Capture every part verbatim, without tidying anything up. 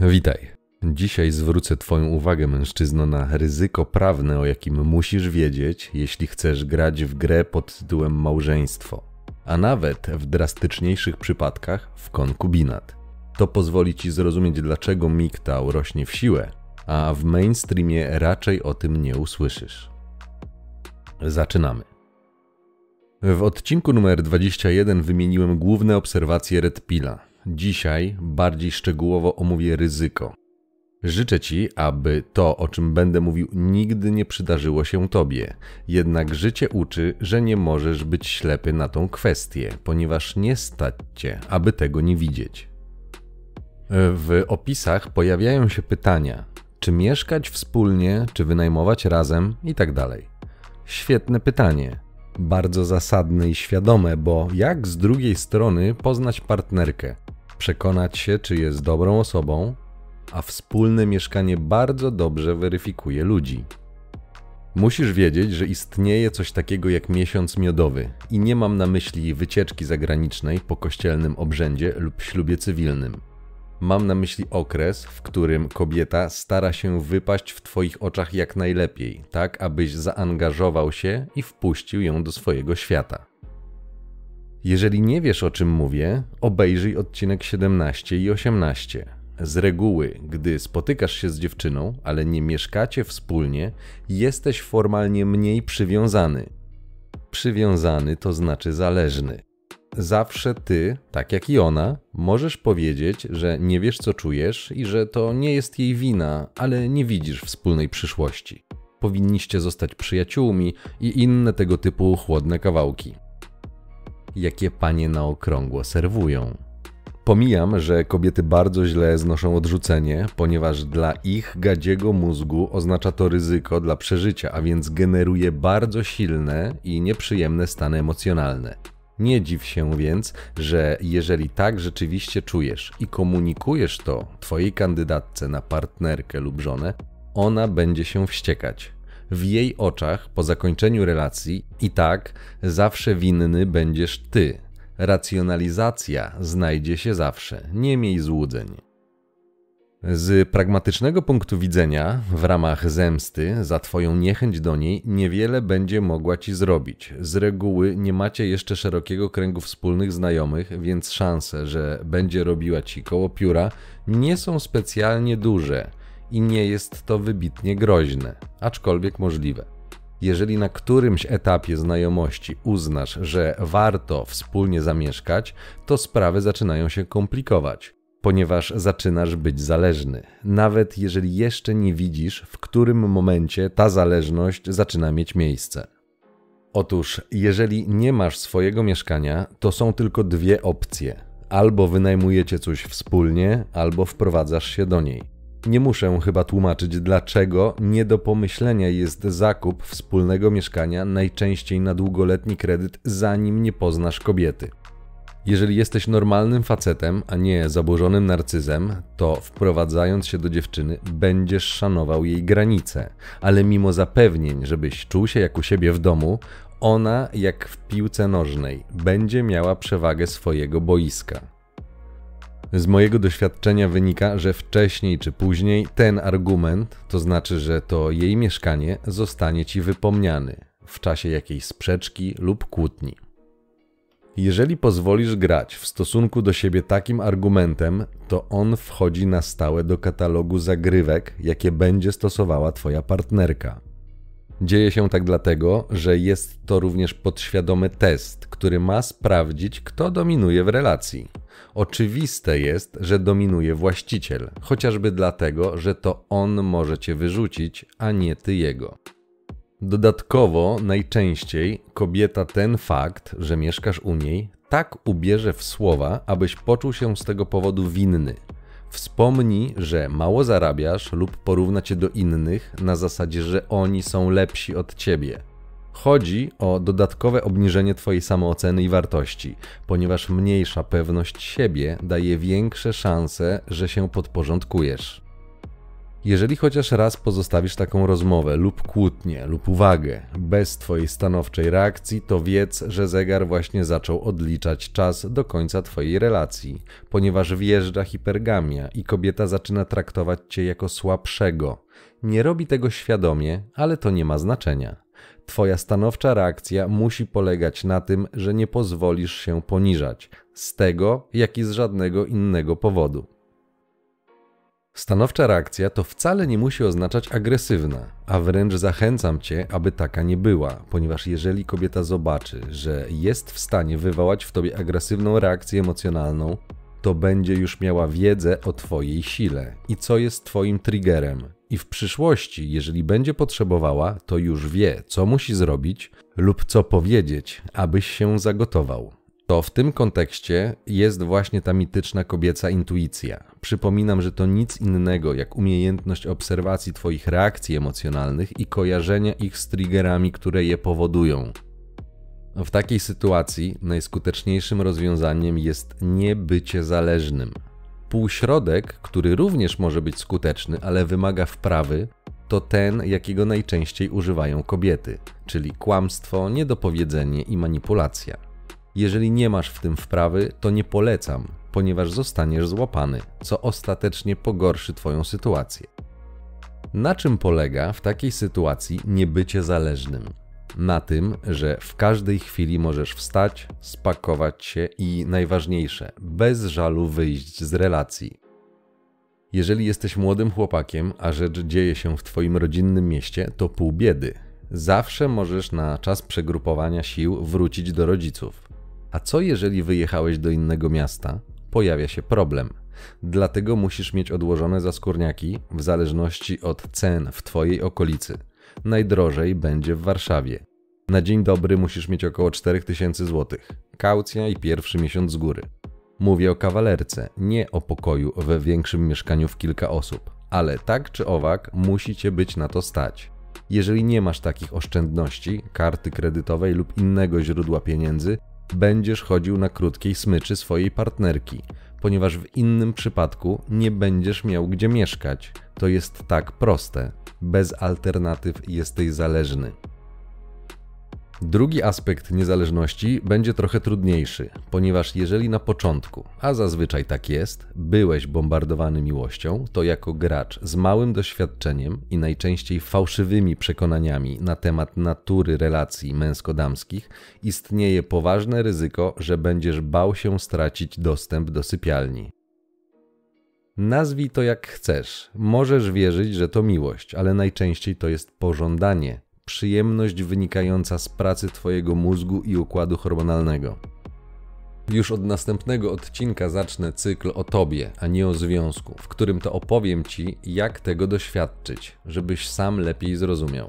Witaj. Dzisiaj zwrócę Twoją uwagę, mężczyzno, na ryzyko prawne, o jakim musisz wiedzieć, jeśli chcesz grać w grę pod tytułem małżeństwo, a nawet w drastyczniejszych przypadkach w konkubinat. To pozwoli Ci zrozumieć, dlaczego M G T O W rośnie w siłę, a w mainstreamie raczej o tym nie usłyszysz. Zaczynamy. W odcinku numer dwudziestym pierwszym wymieniłem główne obserwacje Red Pilla. Dzisiaj bardziej szczegółowo omówię ryzyko. Życzę Ci, aby to, o czym będę mówił, nigdy nie przydarzyło się Tobie. Jednak życie uczy, że nie możesz być ślepy na tą kwestię, ponieważ nie stać Cię, aby tego nie widzieć. W opisach pojawiają się pytania, czy mieszkać wspólnie, czy wynajmować razem i tak dalej. Świetne pytanie. Bardzo zasadne i świadome, bo jak z drugiej strony poznać partnerkę, przekonać się, czy jest dobrą osobą, a wspólne mieszkanie bardzo dobrze weryfikuje ludzi. Musisz wiedzieć, że istnieje coś takiego jak miesiąc miodowy i nie mam na myśli wycieczki zagranicznej po kościelnym obrzędzie lub ślubie cywilnym. Mam na myśli okres, w którym kobieta stara się wypaść w Twoich oczach jak najlepiej, tak abyś zaangażował się i wpuścił ją do swojego świata. Jeżeli nie wiesz, o czym mówię, obejrzyj odcinek siedemnaście i osiemnaście. Z reguły, gdy spotykasz się z dziewczyną, ale nie mieszkacie wspólnie, jesteś formalnie mniej przywiązany. Przywiązany to znaczy zależny. Zawsze ty, tak jak i ona, możesz powiedzieć, że nie wiesz, co czujesz i że to nie jest jej wina, ale nie widzisz wspólnej przyszłości. Powinniście zostać przyjaciółmi i inne tego typu chłodne kawałki. Jakie panie na okrągło serwują. Pomijam, że kobiety bardzo źle znoszą odrzucenie, ponieważ dla ich gadziego mózgu oznacza to ryzyko dla przeżycia, a więc generuje bardzo silne i nieprzyjemne stany emocjonalne. Nie dziw się więc, że jeżeli tak rzeczywiście czujesz i komunikujesz to twojej kandydatce na partnerkę lub żonę, ona będzie się wściekać. W jej oczach po zakończeniu relacji i tak zawsze winny będziesz ty. Racjonalizacja znajdzie się zawsze, nie miej złudzeń. Z pragmatycznego punktu widzenia, w ramach zemsty za Twoją niechęć do niej niewiele będzie mogła Ci zrobić. Z reguły nie macie jeszcze szerokiego kręgu wspólnych znajomych, więc szanse, że będzie robiła Ci koło pióra, nie są specjalnie duże i nie jest to wybitnie groźne, aczkolwiek możliwe. Jeżeli na którymś etapie znajomości uznasz, że warto wspólnie zamieszkać, to sprawy zaczynają się komplikować, ponieważ zaczynasz być zależny, nawet jeżeli jeszcze nie widzisz, w którym momencie ta zależność zaczyna mieć miejsce. Otóż, jeżeli nie masz swojego mieszkania, to są tylko dwie opcje. Albo wynajmujecie coś wspólnie, albo wprowadzasz się do niej. Nie muszę chyba tłumaczyć, dlaczego nie do pomyślenia jest zakup wspólnego mieszkania najczęściej na długoletni kredyt, zanim nie poznasz kobiety. Jeżeli jesteś normalnym facetem, a nie zaburzonym narcyzem, to wprowadzając się do dziewczyny będziesz szanował jej granice, ale mimo zapewnień, żebyś czuł się jak u siebie w domu, ona, jak w piłce nożnej, będzie miała przewagę swojego boiska. Z mojego doświadczenia wynika, że wcześniej czy później ten argument, to znaczy, że to jej mieszkanie, zostanie Ci wypomniany w czasie jakiejś sprzeczki lub kłótni. Jeżeli pozwolisz grać w stosunku do siebie takim argumentem, to on wchodzi na stałe do katalogu zagrywek, jakie będzie stosowała Twoja partnerka. Dzieje się tak dlatego, że jest to również podświadomy test, który ma sprawdzić, kto dominuje w relacji. Oczywiste jest, że dominuje właściciel, chociażby dlatego, że to on może Cię wyrzucić, a nie Ty jego. Dodatkowo najczęściej kobieta ten fakt, że mieszkasz u niej, tak ubierze w słowa, abyś poczuł się z tego powodu winny. Wspomnij, że mało zarabiasz lub porówna Cię do innych na zasadzie, że oni są lepsi od Ciebie. Chodzi o dodatkowe obniżenie Twojej samooceny i wartości, ponieważ mniejsza pewność siebie daje większe szanse, że się podporządkujesz. Jeżeli chociaż raz pozostawisz taką rozmowę lub kłótnię lub uwagę bez twojej stanowczej reakcji, to wiedz, że zegar właśnie zaczął odliczać czas do końca twojej relacji, ponieważ wjeżdża hipergamia i kobieta zaczyna traktować cię jako słabszego. Nie robi tego świadomie, ale to nie ma znaczenia. Twoja stanowcza reakcja musi polegać na tym, że nie pozwolisz się poniżać, z tego, jak i z żadnego innego powodu. Stanowcza reakcja to wcale nie musi oznaczać agresywna, a wręcz zachęcam cię, aby taka nie była, ponieważ jeżeli kobieta zobaczy, że jest w stanie wywołać w tobie agresywną reakcję emocjonalną, to będzie już miała wiedzę o twojej sile i co jest twoim triggerem. I w przyszłości, jeżeli będzie potrzebowała, to już wie, co musi zrobić lub co powiedzieć, abyś się zagotował. To w tym kontekście jest właśnie ta mityczna kobieca intuicja. Przypominam, że to nic innego jak umiejętność obserwacji twoich reakcji emocjonalnych i kojarzenia ich z triggerami, które je powodują. W takiej sytuacji najskuteczniejszym rozwiązaniem jest nie bycie zależnym. Półśrodek, który również może być skuteczny, ale wymaga wprawy, to ten, jakiego najczęściej używają kobiety, czyli kłamstwo, niedopowiedzenie i manipulacja. Jeżeli nie masz w tym wprawy, to nie polecam, ponieważ zostaniesz złapany, co ostatecznie pogorszy twoją sytuację. Na czym polega w takiej sytuacji niebycie zależnym? Na tym, że w każdej chwili możesz wstać, spakować się i najważniejsze, bez żalu wyjść z relacji. Jeżeli jesteś młodym chłopakiem, a rzecz dzieje się w twoim rodzinnym mieście, to pół biedy. Zawsze możesz na czas przegrupowania sił wrócić do rodziców. A co jeżeli wyjechałeś do innego miasta? Pojawia się problem. Dlatego musisz mieć odłożone zaskórniaki w zależności od cen w twojej okolicy. Najdrożej będzie w Warszawie. Na dzień dobry musisz mieć około cztery tysiące złotych. Kaucja i pierwszy miesiąc z góry. Mówię o kawalerce, nie o pokoju we większym mieszkaniu w kilka osób. Ale tak czy owak musicie być na to stać. Jeżeli nie masz takich oszczędności, karty kredytowej lub innego źródła pieniędzy, będziesz chodził na krótkiej smyczy swojej partnerki, ponieważ w innym przypadku nie będziesz miał gdzie mieszkać. To jest tak proste. Bez alternatyw jesteś zależny. Drugi aspekt niezależności będzie trochę trudniejszy, ponieważ jeżeli na początku, a zazwyczaj tak jest, byłeś bombardowany miłością, to jako gracz z małym doświadczeniem i najczęściej fałszywymi przekonaniami na temat natury relacji męsko-damskich istnieje poważne ryzyko, że będziesz bał się stracić dostęp do sypialni. Nazwij to jak chcesz. Możesz wierzyć, że to miłość, ale najczęściej to jest pożądanie. Przyjemność wynikająca z pracy twojego mózgu i układu hormonalnego. Już od następnego odcinka zacznę cykl o tobie, a nie o związku, w którym to opowiem ci, jak tego doświadczyć, żebyś sam lepiej zrozumiał.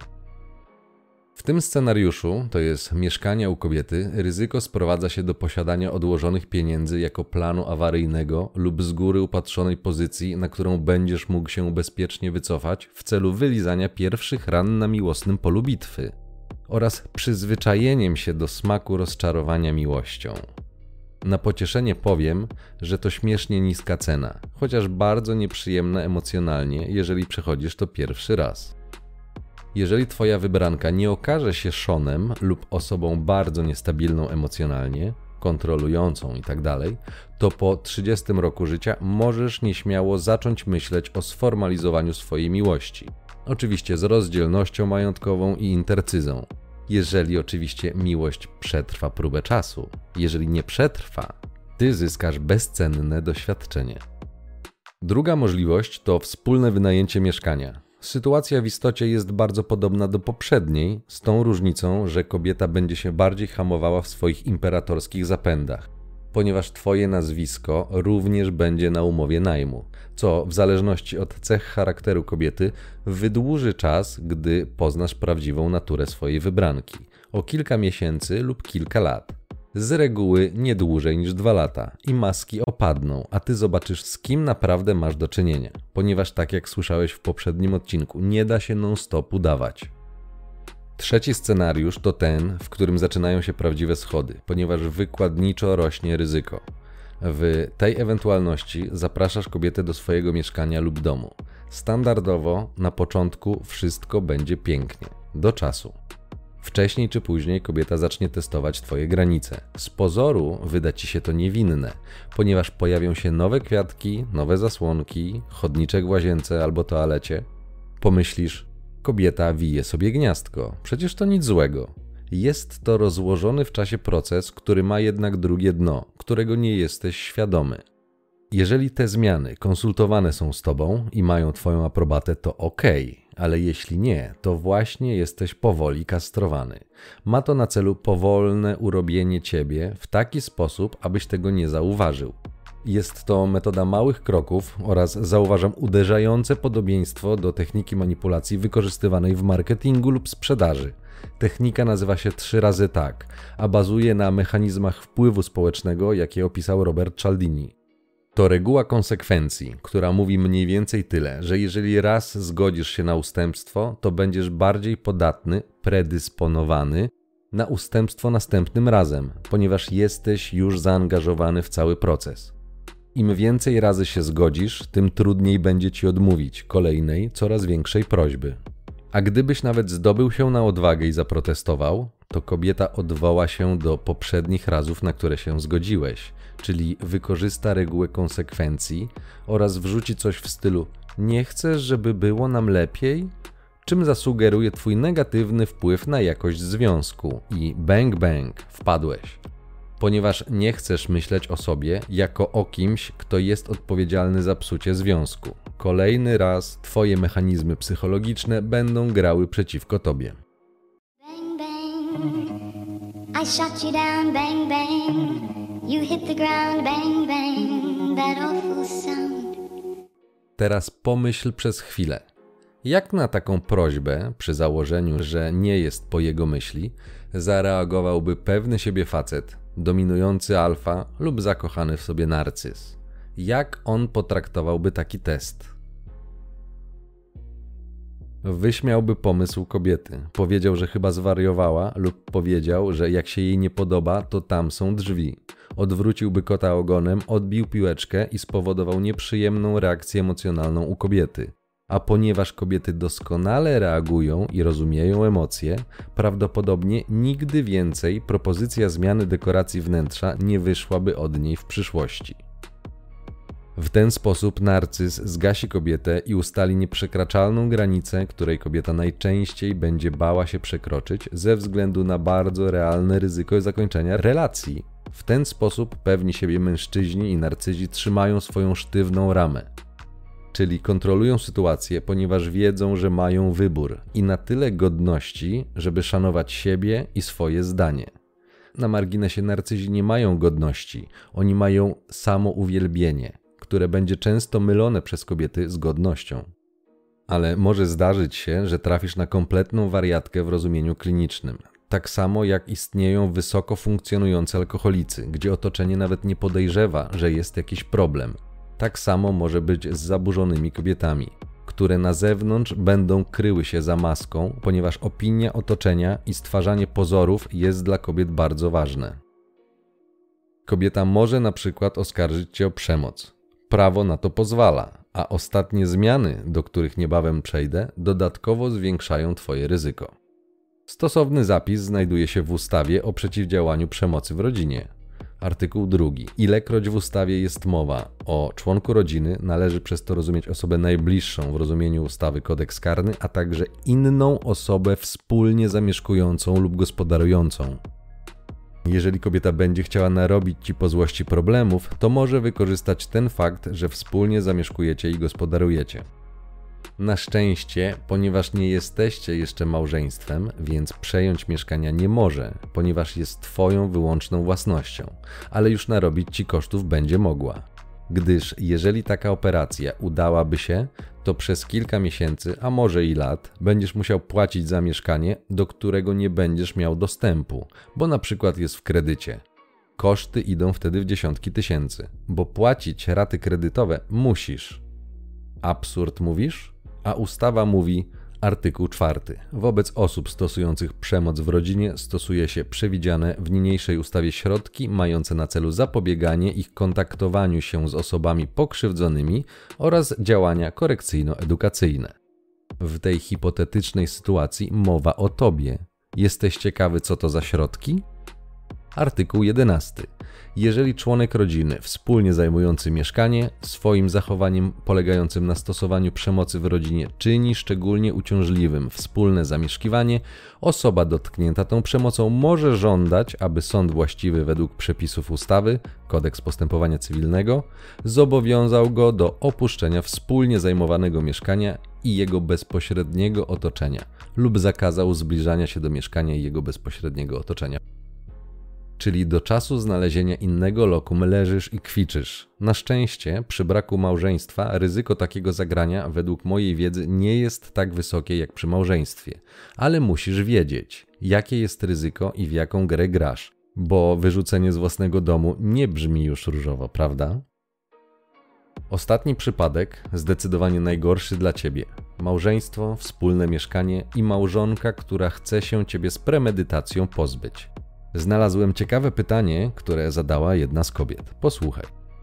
W tym scenariuszu, to jest mieszkania u kobiety, ryzyko sprowadza się do posiadania odłożonych pieniędzy jako planu awaryjnego lub z góry upatrzonej pozycji, na którą będziesz mógł się bezpiecznie wycofać w celu wylizania pierwszych ran na miłosnym polu bitwy oraz przyzwyczajeniem się do smaku rozczarowania miłością. Na pocieszenie powiem, że to śmiesznie niska cena, chociaż bardzo nieprzyjemna emocjonalnie, jeżeli przechodzisz to pierwszy raz. Jeżeli twoja wybranka nie okaże się szonem lub osobą bardzo niestabilną emocjonalnie, kontrolującą itd., to po trzydziestym roku życia możesz nieśmiało zacząć myśleć o sformalizowaniu swojej miłości. Oczywiście z rozdzielnością majątkową i intercyzą. Jeżeli oczywiście miłość przetrwa próbę czasu. Jeżeli nie przetrwa, ty zyskasz bezcenne doświadczenie. Druga możliwość to wspólne wynajęcie mieszkania. Sytuacja w istocie jest bardzo podobna do poprzedniej, z tą różnicą, że kobieta będzie się bardziej hamowała w swoich imperatorskich zapędach, ponieważ twoje nazwisko również będzie na umowie najmu, co w zależności od cech charakteru kobiety wydłuży czas, gdy poznasz prawdziwą naturę swojej wybranki, o kilka miesięcy lub kilka lat. Z reguły nie dłużej niż dwa lata i maski opadną, a ty zobaczysz, z kim naprawdę masz do czynienia, ponieważ tak jak słyszałeś w poprzednim odcinku, nie da się non-stop udawać. Trzeci scenariusz to ten, w którym zaczynają się prawdziwe schody, ponieważ wykładniczo rośnie ryzyko. W tej ewentualności zapraszasz kobietę do swojego mieszkania lub domu. Standardowo na początku wszystko będzie pięknie, do czasu. Wcześniej czy później kobieta zacznie testować twoje granice. Z pozoru wyda ci się to niewinne, ponieważ pojawią się nowe kwiatki, nowe zasłonki, chodniczek w łazience albo toalecie. Pomyślisz, kobieta wije sobie gniazdko, przecież to nic złego. Jest to rozłożony w czasie proces, który ma jednak drugie dno, którego nie jesteś świadomy. Jeżeli te zmiany konsultowane są z tobą i mają twoją aprobatę, to okej, ale jeśli nie, to właśnie jesteś powoli kastrowany. Ma to na celu powolne urobienie ciebie w taki sposób, abyś tego nie zauważył. Jest to metoda małych kroków oraz, zauważam, uderzające podobieństwo do techniki manipulacji wykorzystywanej w marketingu lub sprzedaży. Technika nazywa się trzy razy tak, a bazuje na mechanizmach wpływu społecznego, jakie opisał Robert Cialdini. To reguła konsekwencji, która mówi mniej więcej tyle, że jeżeli raz zgodzisz się na ustępstwo, to będziesz bardziej podatny, predysponowany na ustępstwo następnym razem, ponieważ jesteś już zaangażowany w cały proces. Im więcej razy się zgodzisz, tym trudniej będzie ci odmówić kolejnej, coraz większej prośby. A gdybyś nawet zdobył się na odwagę i zaprotestował, to kobieta odwoła się do poprzednich razów, na które się zgodziłeś, czyli wykorzysta regułę konsekwencji oraz wrzuci coś w stylu „nie chcesz, żeby było nam lepiej?”, czym zasugeruje twój negatywny wpływ na jakość związku i bang bang, wpadłeś. Ponieważ nie chcesz myśleć o sobie jako o kimś, kto jest odpowiedzialny za psucie związku. Kolejny raz twoje mechanizmy psychologiczne będą grały przeciwko tobie. Bang, bang. I shot you down, bang, bang. You hit the ground, bang, bang. That awful sound. Teraz pomyśl przez chwilę. Jak na taką prośbę, przy założeniu, że nie jest po jego myśli, zareagowałby pewny siebie facet, dominujący alfa lub zakochany w sobie narcyz? Jak on potraktowałby taki test? Wyśmiałby pomysł kobiety, powiedział, że chyba zwariowała lub powiedział, że jak się jej nie podoba, to tam są drzwi. Odwróciłby kota ogonem, odbił piłeczkę i spowodował nieprzyjemną reakcję emocjonalną u kobiety. A ponieważ kobiety doskonale reagują i rozumieją emocje, prawdopodobnie nigdy więcej propozycja zmiany dekoracji wnętrza nie wyszłaby od niej w przyszłości. W ten sposób narcyz zgasi kobietę i ustali nieprzekraczalną granicę, której kobieta najczęściej będzie bała się przekroczyć ze względu na bardzo realne ryzyko zakończenia relacji. W ten sposób pewni siebie mężczyźni i narcyzi trzymają swoją sztywną ramę. Czyli kontrolują sytuację, ponieważ wiedzą, że mają wybór i na tyle godności, żeby szanować siebie i swoje zdanie. Na marginesie narcyzi nie mają godności, oni mają samouwielbienie, które będzie często mylone przez kobiety z godnością. Ale może zdarzyć się, że trafisz na kompletną wariatkę w rozumieniu klinicznym. Tak samo jak istnieją wysoko funkcjonujący alkoholicy, gdzie otoczenie nawet nie podejrzewa, że jest jakiś problem. Tak samo może być z zaburzonymi kobietami, które na zewnątrz będą kryły się za maską, ponieważ opinia otoczenia i stwarzanie pozorów jest dla kobiet bardzo ważne. Kobieta może na przykład oskarżyć cię o przemoc. Prawo na to pozwala, a ostatnie zmiany, do których niebawem przejdę, dodatkowo zwiększają twoje ryzyko. Stosowny zapis znajduje się w ustawie o przeciwdziałaniu przemocy w rodzinie. Artykuł drugi. Ilekroć w ustawie jest mowa o członku rodziny, należy przez to rozumieć osobę najbliższą w rozumieniu ustawy kodeks karny, a także inną osobę wspólnie zamieszkującą lub gospodarującą. Jeżeli kobieta będzie chciała narobić ci po złości problemów, to może wykorzystać ten fakt, że wspólnie zamieszkujecie i gospodarujecie. Na szczęście, ponieważ nie jesteście jeszcze małżeństwem, więc przejąć mieszkania nie może, ponieważ jest twoją wyłączną własnością, ale już narobić ci kosztów będzie mogła. Gdyż jeżeli taka operacja udałaby się, to przez kilka miesięcy, a może i lat, będziesz musiał płacić za mieszkanie, do którego nie będziesz miał dostępu, bo na przykład jest w kredycie. Koszty idą wtedy w dziesiątki tysięcy, bo płacić raty kredytowe musisz. Absurd mówisz? A ustawa mówi, Artykuł czwarty. Wobec osób stosujących przemoc w rodzinie stosuje się przewidziane w niniejszej ustawie środki mające na celu zapobieganie ich kontaktowaniu się z osobami pokrzywdzonymi oraz działania korekcyjno-edukacyjne. W tej hipotetycznej sytuacji mowa o tobie. Jesteś ciekawy, co to za środki? Artykuł jedenasty. Jeżeli członek rodziny wspólnie zajmujący mieszkanie swoim zachowaniem polegającym na stosowaniu przemocy w rodzinie czyni szczególnie uciążliwym wspólne zamieszkiwanie, osoba dotknięta tą przemocą może żądać, aby sąd właściwy według przepisów ustawy, Kodeks Postępowania Cywilnego, zobowiązał go do opuszczenia wspólnie zajmowanego mieszkania i jego bezpośredniego otoczenia lub zakazał zbliżania się do mieszkania i jego bezpośredniego otoczenia. Czyli do czasu znalezienia innego lokum leżysz i kwiczysz. Na szczęście, przy braku małżeństwa, ryzyko takiego zagrania według mojej wiedzy nie jest tak wysokie jak przy małżeństwie. Ale musisz wiedzieć, jakie jest ryzyko i w jaką grę grasz, bo wyrzucenie z własnego domu nie brzmi już różowo, prawda? Ostatni przypadek, zdecydowanie najgorszy dla ciebie. Małżeństwo, wspólne mieszkanie i małżonka, która chce się ciebie z premedytacją pozbyć. Znalazłem ciekawe pytanie, które zadała jedna z kobiet. Posłuchaj.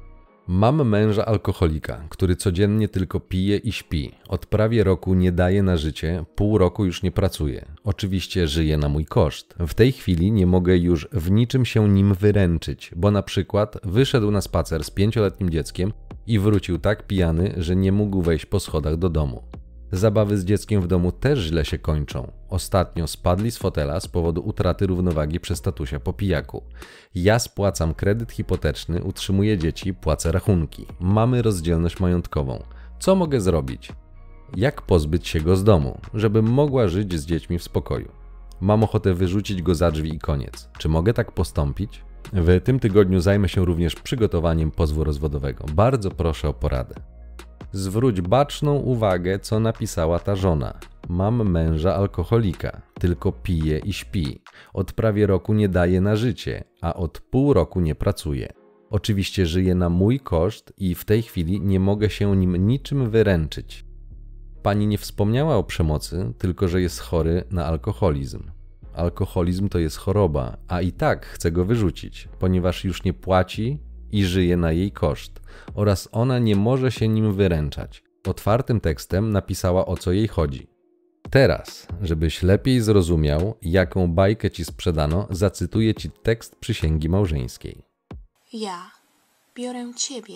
Mam męża alkoholika, który codziennie tylko pije i śpi. Od prawie roku nie daje na życie, pół roku już nie pracuje. Oczywiście żyje na mój koszt. W tej chwili nie mogę już w niczym się nim wyręczyć, bo na przykład wyszedł na spacer z pięcioletnim dzieckiem i wrócił tak pijany, że nie mógł wejść po schodach do domu. Zabawy z dzieckiem w domu też źle się kończą. Ostatnio spadli z fotela z powodu utraty równowagi przez tatusia po pijaku. Ja spłacam kredyt hipoteczny, utrzymuję dzieci, płacę rachunki. Mamy rozdzielność majątkową. Co mogę zrobić? Jak pozbyć się go z domu, żebym mogła żyć z dziećmi w spokoju? Mam ochotę wyrzucić go za drzwi i koniec. Czy mogę tak postąpić? W tym tygodniu zajmę się również przygotowaniem pozwu rozwodowego. Bardzo proszę o poradę. Zwróć baczną uwagę, co napisała ta żona. Mam męża alkoholika, tylko pije i śpi. Od prawie roku nie daje na życie, a od pół roku nie pracuje. Oczywiście żyje na mój koszt i w tej chwili nie mogę się nim niczym wyręczyć. Pani nie wspomniała o przemocy, tylko że jest chory na alkoholizm. Alkoholizm to jest choroba, a i tak chce go wyrzucić, ponieważ już nie płaci i żyje na jej koszt oraz ona nie może się nim wyręczać. Otwartym tekstem napisała, o co jej chodzi. Teraz, żebyś lepiej zrozumiał, jaką bajkę ci sprzedano, zacytuję ci tekst przysięgi małżeńskiej. Ja biorę ciebie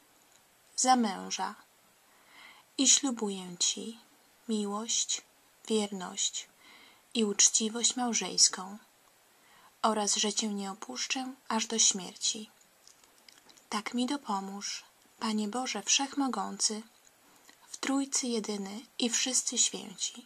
za męża i ślubuję ci miłość, wierność i uczciwość małżeńską oraz, że cię nie opuszczę aż do śmierci. Tak mi dopomóż, Panie Boże Wszechmogący, w Trójcy jedyny i wszyscy święci.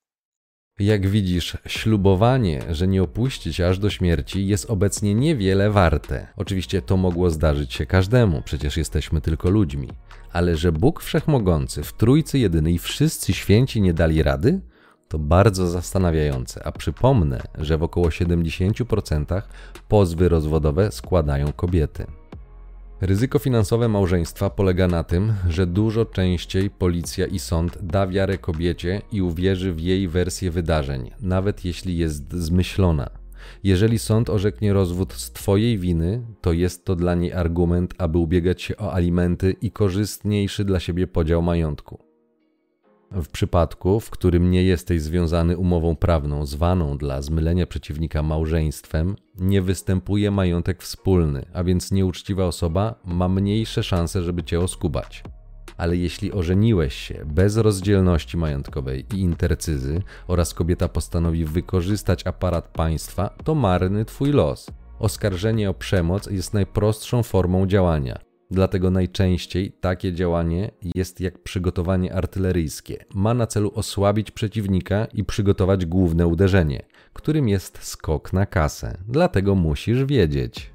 Jak widzisz, ślubowanie, że nie opuści cię aż do śmierci, jest obecnie niewiele warte. Oczywiście to mogło zdarzyć się każdemu, przecież jesteśmy tylko ludźmi. Ale że Bóg Wszechmogący, w Trójcy jedyny i wszyscy święci nie dali rady? To bardzo zastanawiające, a przypomnę, że w około siedemdziesięciu procentach pozwy rozwodowe składają kobiety. Ryzyko finansowe małżeństwa polega na tym, że dużo częściej policja i sąd da wiarę kobiecie i uwierzy w jej wersję wydarzeń, nawet jeśli jest zmyślona. Jeżeli sąd orzeknie rozwód z twojej winy, to jest to dla niej argument, aby ubiegać się o alimenty i korzystniejszy dla siebie podział majątku. W przypadku, w którym nie jesteś związany umową prawną zwaną dla zmylenia przeciwnika małżeństwem, nie występuje majątek wspólny, a więc nieuczciwa osoba ma mniejsze szanse, żeby cię oskubać. Ale jeśli ożeniłeś się bez rozdzielności majątkowej i intercyzy oraz kobieta postanowi wykorzystać aparat państwa, to marny twój los. Oskarżenie o przemoc jest najprostszą formą działania. Dlatego najczęściej takie działanie jest jak przygotowanie artyleryjskie. Ma na celu osłabić przeciwnika i przygotować główne uderzenie, którym jest skok na kasę. Dlatego musisz wiedzieć.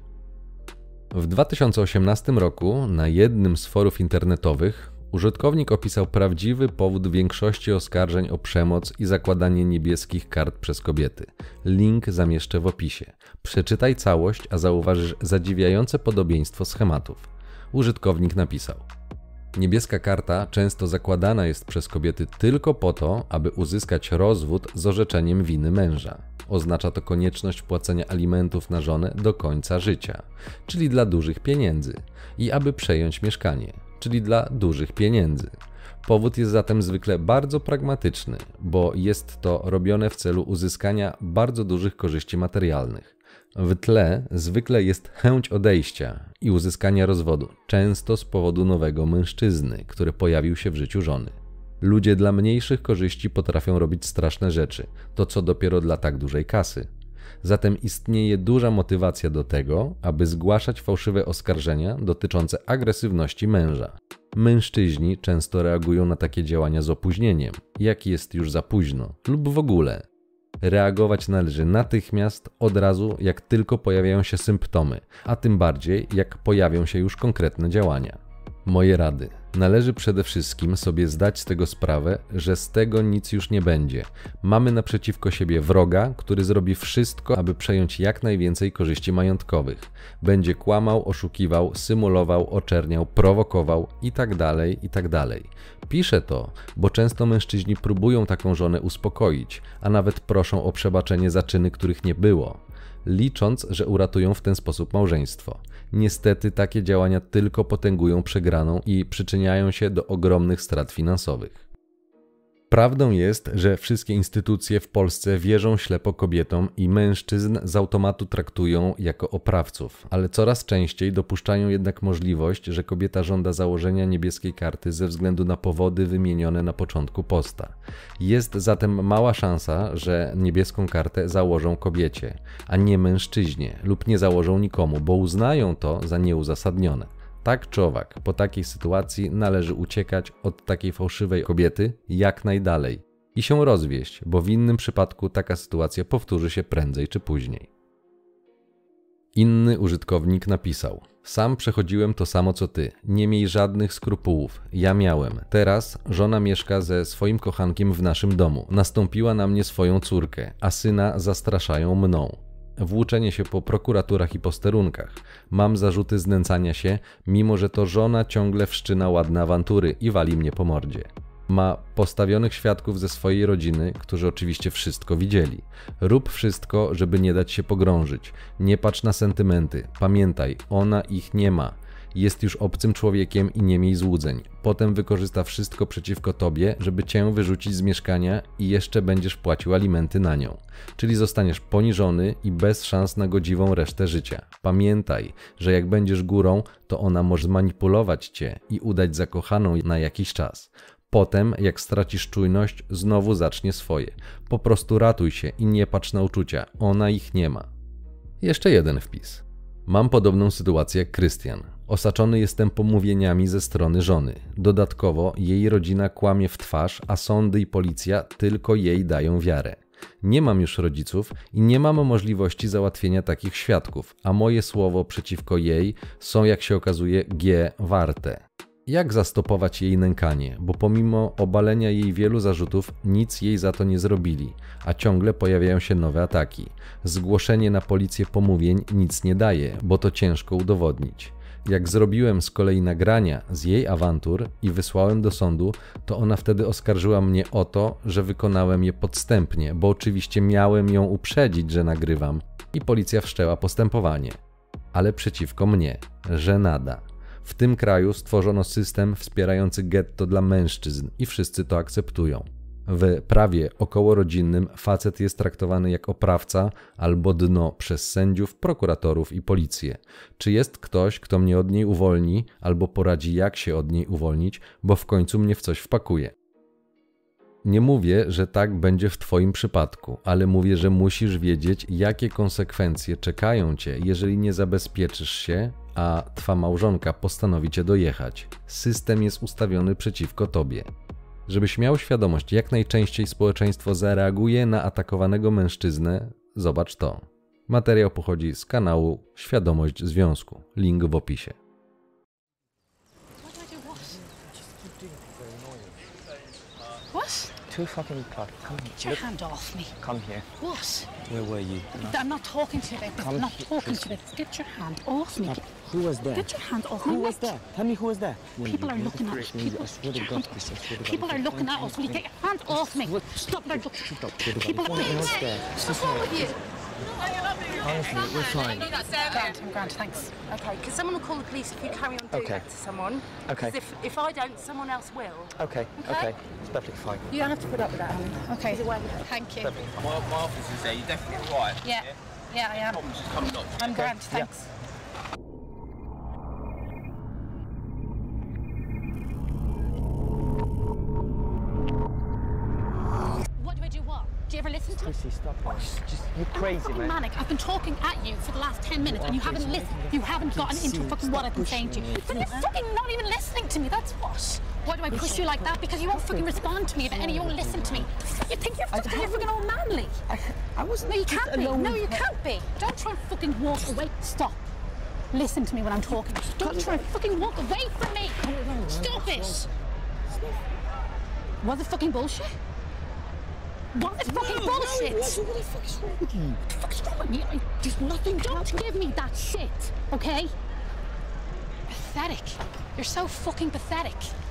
W dwa tysiące osiemnastym roku na jednym z forów internetowych użytkownik opisał prawdziwy powód większości oskarżeń o przemoc i zakładanie niebieskich kart przez kobiety. Link zamieszczę w opisie. Przeczytaj całość, a zauważysz zadziwiające podobieństwo schematów. Użytkownik napisał: Niebieska karta często zakładana jest przez kobiety tylko po to, aby uzyskać rozwód z orzeczeniem winy męża. Oznacza to konieczność płacenia alimentów na żonę do końca życia, czyli dla dużych pieniędzy, i aby przejąć mieszkanie, czyli dla dużych pieniędzy. Powód jest zatem zwykle bardzo pragmatyczny, bo jest to robione w celu uzyskania bardzo dużych korzyści materialnych. W tle zwykle jest chęć odejścia i uzyskania rozwodu, często z powodu nowego mężczyzny, który pojawił się w życiu żony. Ludzie dla mniejszych korzyści potrafią robić straszne rzeczy, to co dopiero dla tak dużej kasy. Zatem istnieje duża motywacja do tego, aby zgłaszać fałszywe oskarżenia dotyczące agresywności męża. Mężczyźni często reagują na takie działania z opóźnieniem, jak jest już za późno, lub w ogóle. Reagować należy natychmiast, od razu, jak tylko pojawiają się symptomy, a tym bardziej, jak pojawią się już konkretne działania. Moje rady. Należy przede wszystkim sobie zdać z tego sprawę, że z tego nic już nie będzie. Mamy naprzeciwko siebie wroga, który zrobi wszystko, aby przejąć jak najwięcej korzyści majątkowych. Będzie kłamał, oszukiwał, symulował, oczerniał, prowokował itd., itd. Piszę to, bo często mężczyźni próbują taką żonę uspokoić, a nawet proszą o przebaczenie za czyny, których nie było, licząc, że uratują w ten sposób małżeństwo. Niestety takie działania tylko potęgują przegraną i przyczyniają się do ogromnych strat finansowych. Prawdą jest, że wszystkie instytucje w Polsce wierzą ślepo kobietom i mężczyzn z automatu traktują jako oprawców, ale coraz częściej dopuszczają jednak możliwość, że kobieta żąda założenia niebieskiej karty ze względu na powody wymienione na początku posta. Jest zatem mała szansa, że niebieską kartę założą kobiecie, a nie mężczyźnie, lub nie założą nikomu, bo uznają to za nieuzasadnione. Tak czy owak, po takiej sytuacji należy uciekać od takiej fałszywej kobiety jak najdalej i się rozwieść, bo w innym przypadku taka sytuacja powtórzy się prędzej czy później. Inny użytkownik napisał: sam przechodziłem to samo co ty, nie miej żadnych skrupułów, ja miałem. Teraz żona mieszka ze swoim kochankiem w naszym domu, nastąpiła na mnie swoją córkę, a syna zastraszają mną. Włóczenie się po prokuraturach i posterunkach. Mam zarzuty znęcania się, mimo że to żona ciągle wszczyna ładne awantury i wali mnie po mordzie. Ma postawionych świadków ze swojej rodziny, którzy oczywiście wszystko widzieli. Rób wszystko, żeby nie dać się pogrążyć. Nie patrz na sentymenty. Pamiętaj, ona ich nie ma. Jest już obcym człowiekiem i nie miej złudzeń. Potem wykorzysta wszystko przeciwko tobie, żeby cię wyrzucić z mieszkania i jeszcze będziesz płacił alimenty na nią. Czyli zostaniesz poniżony i bez szans na godziwą resztę życia. Pamiętaj, że jak będziesz górą, to ona może zmanipulować cię i udać zakochaną na jakiś czas. Potem, jak stracisz czujność, znowu zacznie swoje. Po prostu ratuj się i nie patrz na uczucia. Ona ich nie ma. Jeszcze jeden wpis. Mam podobną sytuację jak Krystian. Osaczony jestem pomówieniami ze strony żony. Dodatkowo jej rodzina kłamie w twarz, a sądy i policja tylko jej dają wiarę. Nie mam już rodziców i nie mam możliwości załatwienia takich świadków, a moje słowo przeciwko jej są, jak się okazuje, G warte. Jak zastopować jej nękanie, bo pomimo obalenia jej wielu zarzutów nic jej za to nie zrobili, a ciągle pojawiają się nowe ataki. Zgłoszenie na policję pomówień nic nie daje, bo to ciężko udowodnić. Jak zrobiłem z kolei nagrania z jej awantur i wysłałem do sądu, to ona wtedy oskarżyła mnie o to, że wykonałem je podstępnie, bo oczywiście miałem ją uprzedzić, że nagrywam, i policja wszczęła postępowanie. Ale przeciwko mnie, żenada. W tym kraju stworzono system wspierający getto dla mężczyzn i wszyscy to akceptują. W prawie okołorodzinnym facet jest traktowany jak oprawca albo dno przez sędziów, prokuratorów i policję. Czy jest ktoś, kto mnie od niej uwolni albo poradzi, jak się od niej uwolnić, bo w końcu mnie w coś wpakuje? Nie mówię, że tak będzie w twoim przypadku, ale mówię, że musisz wiedzieć, jakie konsekwencje czekają cię, jeżeli nie zabezpieczysz się, a twa małżonka postanowi cię dojechać. System jest ustawiony przeciwko tobie. Żebyś miał świadomość, jak najczęściej społeczeństwo zareaguje na atakowanego mężczyznę, zobacz to. Materiał pochodzi z kanału Świadomość Związku. Link w opisie. What? too fucking close. Come here. Get your hand off me. Come here. What? Where were you? I'm not talking to you about this. Come I'm not here, talking please. to you about this. Get your hand off me. Who was there? Get your hand off Who me. was Nick. there? Tell me who was there. People are looking at us. People, I swear to God, Chris, I swear to God. people are looking at us. Will you get your hand off me? Stop there. Look. People are looking at us. What's wrong with you? Honestly, we're fine. Grant, I'm Grant, thanks. Okay, because someone will call the police if you carry on doing Okay. that to someone. Okay. 'Cause if, if I don't, someone else will. Okay, Okay. okay. It's perfectly fine. You don't have to put up with that, Alan. Okay. Either way. Thank you. My, my office is there. You're definitely all right. Yeah. Yeah, I am. Problems just come and knock. I'm Grant, thanks. What do I do what? Do you ever listen to me? Chrissy, stop that. Just, you're crazy, fucking man. manic. I've been talking at you for the last ten minutes and you haven't listened. You haven't gotten into fucking what I've been saying to you. But you're fucking not even listening to me, that's what. Why do I push you like that? Because you won't fucking respond to me about any, you won't listen to me. You think you're fucking, you're fucking old manly. I, I wasn't. No, you can't be. alone No, with you her. can't be. Don't try and fucking walk away. Stop. Listen to me when I'm talking. Don't try and fucking walk away from me. Stop it. What the fucking bullshit? What is fucking bullshit? What the fuck is wrong with you? What the fuck is wrong with me? I, There's nothing. don't give me that shit, okay? Pathetic. You're so fucking pathetic.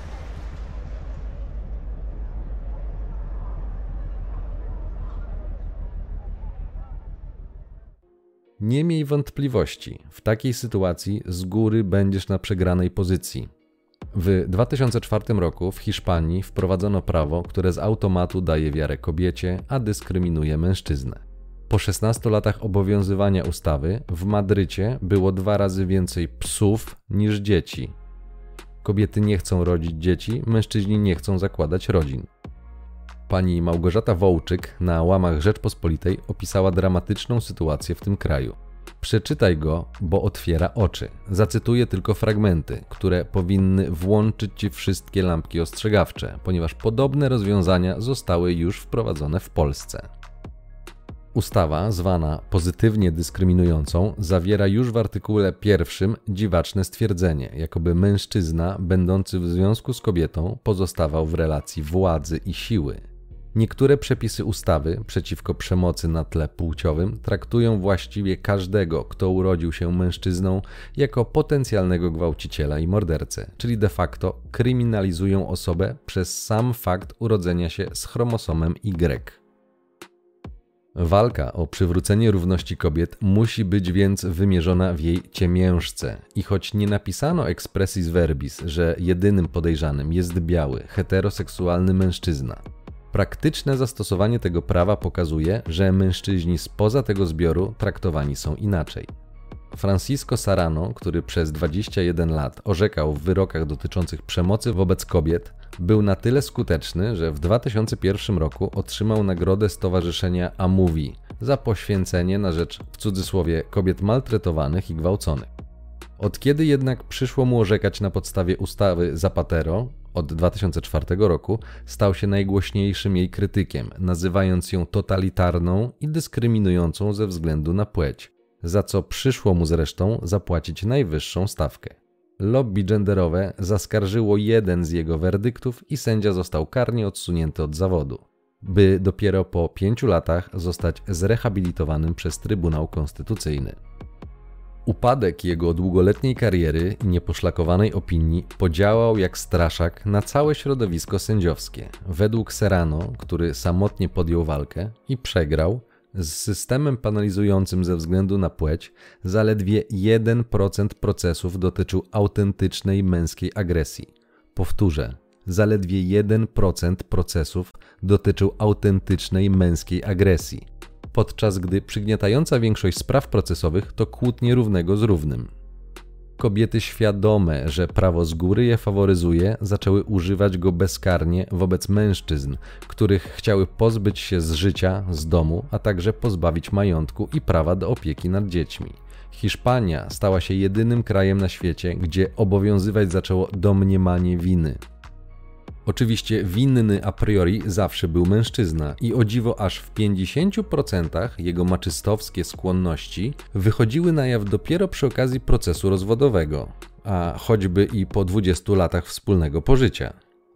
Nie miej wątpliwości, w takiej sytuacji z góry będziesz na przegranej pozycji. W dwa tysiące czwartym roku w Hiszpanii wprowadzono prawo, które z automatu daje wiarę kobiecie, a dyskryminuje mężczyznę. Po szesnastu latach obowiązywania ustawy w Madrycie było dwa razy więcej psów niż dzieci. Kobiety nie chcą rodzić dzieci, mężczyźni nie chcą zakładać rodzin. Pani Małgorzata Wołczyk na łamach Rzeczpospolitej opisała dramatyczną sytuację w tym kraju. Przeczytaj go, bo otwiera oczy. Zacytuję tylko fragmenty, które powinny włączyć Ci wszystkie lampki ostrzegawcze, ponieważ podobne rozwiązania zostały już wprowadzone w Polsce. Ustawa, zwana pozytywnie dyskryminującą, zawiera już w artykule pierwszym dziwaczne stwierdzenie, jakoby mężczyzna, będący w związku z kobietą, pozostawał w relacji władzy i siły. Niektóre przepisy ustawy przeciwko przemocy na tle płciowym traktują właściwie każdego, kto urodził się mężczyzną, jako potencjalnego gwałciciela i mordercę, czyli de facto kryminalizują osobę przez sam fakt urodzenia się z chromosomem Y. Walka o przywrócenie równości kobiet musi być więc wymierzona w jej ciemiężce i choć nie napisano expressis verbis, że jedynym podejrzanym jest biały, heteroseksualny mężczyzna, praktyczne zastosowanie tego prawa pokazuje, że mężczyźni spoza tego zbioru traktowani są inaczej. Francisco Serrano, który przez dwadzieścia jeden lat orzekał w wyrokach dotyczących przemocy wobec kobiet, był na tyle skuteczny, że w dwa tysiące pierwszym roku otrzymał nagrodę Stowarzyszenia Amovii za poświęcenie na rzecz, w cudzysłowie, kobiet maltretowanych i gwałconych. Od kiedy jednak przyszło mu orzekać na podstawie ustawy Zapatero od dwa tysiące czwartego roku, stał się najgłośniejszym jej krytykiem, nazywając ją totalitarną i dyskryminującą ze względu na płeć, za co przyszło mu zresztą zapłacić najwyższą stawkę. Lobby genderowe zaskarżyło jeden z jego werdyktów i sędzia został karnie odsunięty od zawodu, by dopiero po pięciu latach zostać zrehabilitowanym przez Trybunał Konstytucyjny. Upadek jego długoletniej kariery i nieposzlakowanej opinii podziałał jak straszak na całe środowisko sędziowskie. Według Serrano, który samotnie podjął walkę i przegrał, z systemem penalizującym ze względu na płeć, zaledwie jeden procent procesów dotyczył autentycznej męskiej agresji. Powtórzę, zaledwie jeden procent procesów dotyczył autentycznej męskiej agresji, podczas gdy przygniatająca większość spraw procesowych to kłótnie równego z równym. Kobiety świadome, że prawo z góry je faworyzuje, zaczęły używać go bezkarnie wobec mężczyzn, których chciały pozbyć się z życia, z domu, a także pozbawić majątku i prawa do opieki nad dziećmi. Hiszpania stała się jedynym krajem na świecie, gdzie obowiązywać zaczęło domniemanie winy. Oczywiście winny a priori zawsze był mężczyzna i o dziwo aż w pięćdziesięciu procentach jego maczystowskie skłonności wychodziły na jaw dopiero przy okazji procesu rozwodowego, a choćby i po dwudziestu latach wspólnego pożycia.